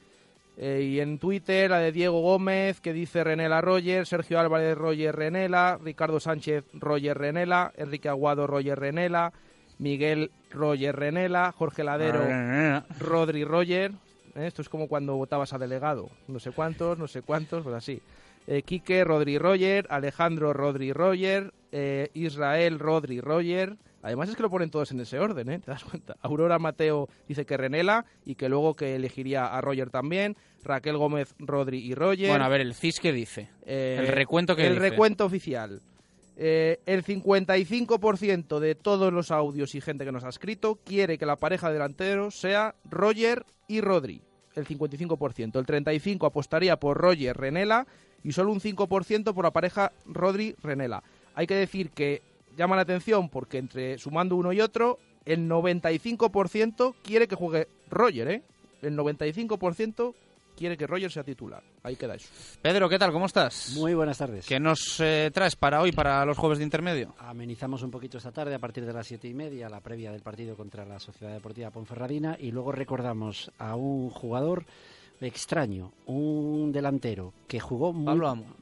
y en Twitter la de Diego Gómez, que dice Renela Roger, Sergio Álvarez Roger Renela, Ricardo Sánchez Roger Renela, Enrique Aguado Roger Renela, Miguel Roger Renela, Jorge Ladero Rodri Roger. Esto es como cuando votabas a delegado, no sé cuántos, pues así. Quique Rodri Roger, Alejandro Rodri Roger, Israel Rodri Roger. Además es que lo ponen todos en ese orden, ¿te das cuenta? Aurora Mateo dice que Renela y que luego que elegiría a Roger también. Raquel Gómez Rodri y Roger. Bueno, a ver, el CIS que dice. El recuento que dice. El recuento oficial. El 55% de todos los audios y gente que nos ha escrito quiere que la pareja de delanteros sea Roger y Rodri. El 55%. El 35% apostaría por Roger Renela y solo un 5% por la pareja Rodri-Renela. Hay que decir que llama la atención porque sumando uno y otro, el 95% quiere que juegue Roger, ¿eh? El 95% quiere que Roger sea titular. Ahí queda eso. Pedro, ¿qué tal? ¿Cómo estás? Muy buenas tardes. ¿Qué nos traes para hoy, para los jueves de intermedio? Amenizamos un poquito esta tarde a partir de las 7:30, la previa del partido contra la Sociedad Deportiva Ponferradina, y luego recordamos a un jugador extraño, un delantero que jugó muy... Pablo Amo.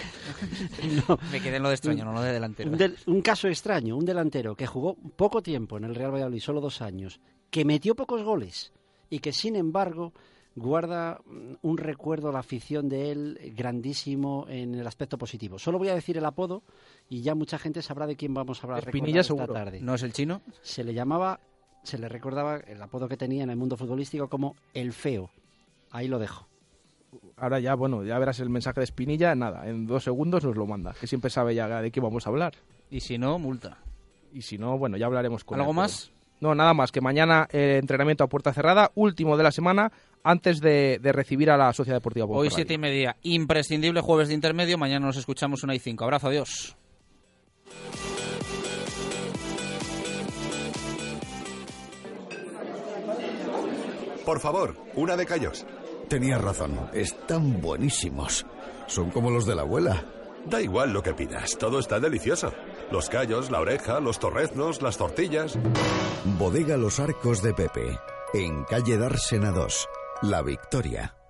No, me quedé en lo de extraño, no lo de delantero. Un caso extraño, un delantero que jugó poco tiempo en el Real Valladolid, solo 2 años, que metió pocos goles y que sin embargo guarda un recuerdo a la afición de él grandísimo en el aspecto positivo. Solo voy a decir el apodo y ya mucha gente sabrá de quién vamos a hablar. Espinilla seguro. Esta tarde. ¿No es el chino? Se le recordaba el apodo que tenía en el mundo futbolístico como el feo. Ahí lo dejo. Ahora ya, bueno, ya verás el mensaje de Espinilla, nada, en 2 segundos nos lo manda, que siempre sabe ya de qué vamos a hablar. Y si no, multa. Y si no, bueno, ya hablaremos con él. ¿Algo más? No, nada más, que mañana entrenamiento a puerta cerrada, último de la semana, antes de recibir a la Sociedad Deportiva Ponferradina. Hoy 7:30, imprescindible jueves de intermedio, mañana nos escuchamos 1:05. Abrazo, adiós. Por favor, una de callos. Tenías razón, están buenísimos. Son como los de la abuela. Da igual lo que pidas, todo está delicioso. Los callos, la oreja, los torreznos, las tortillas. Bodega Los Arcos de Pepe, en calle Dársena 2, La Victoria.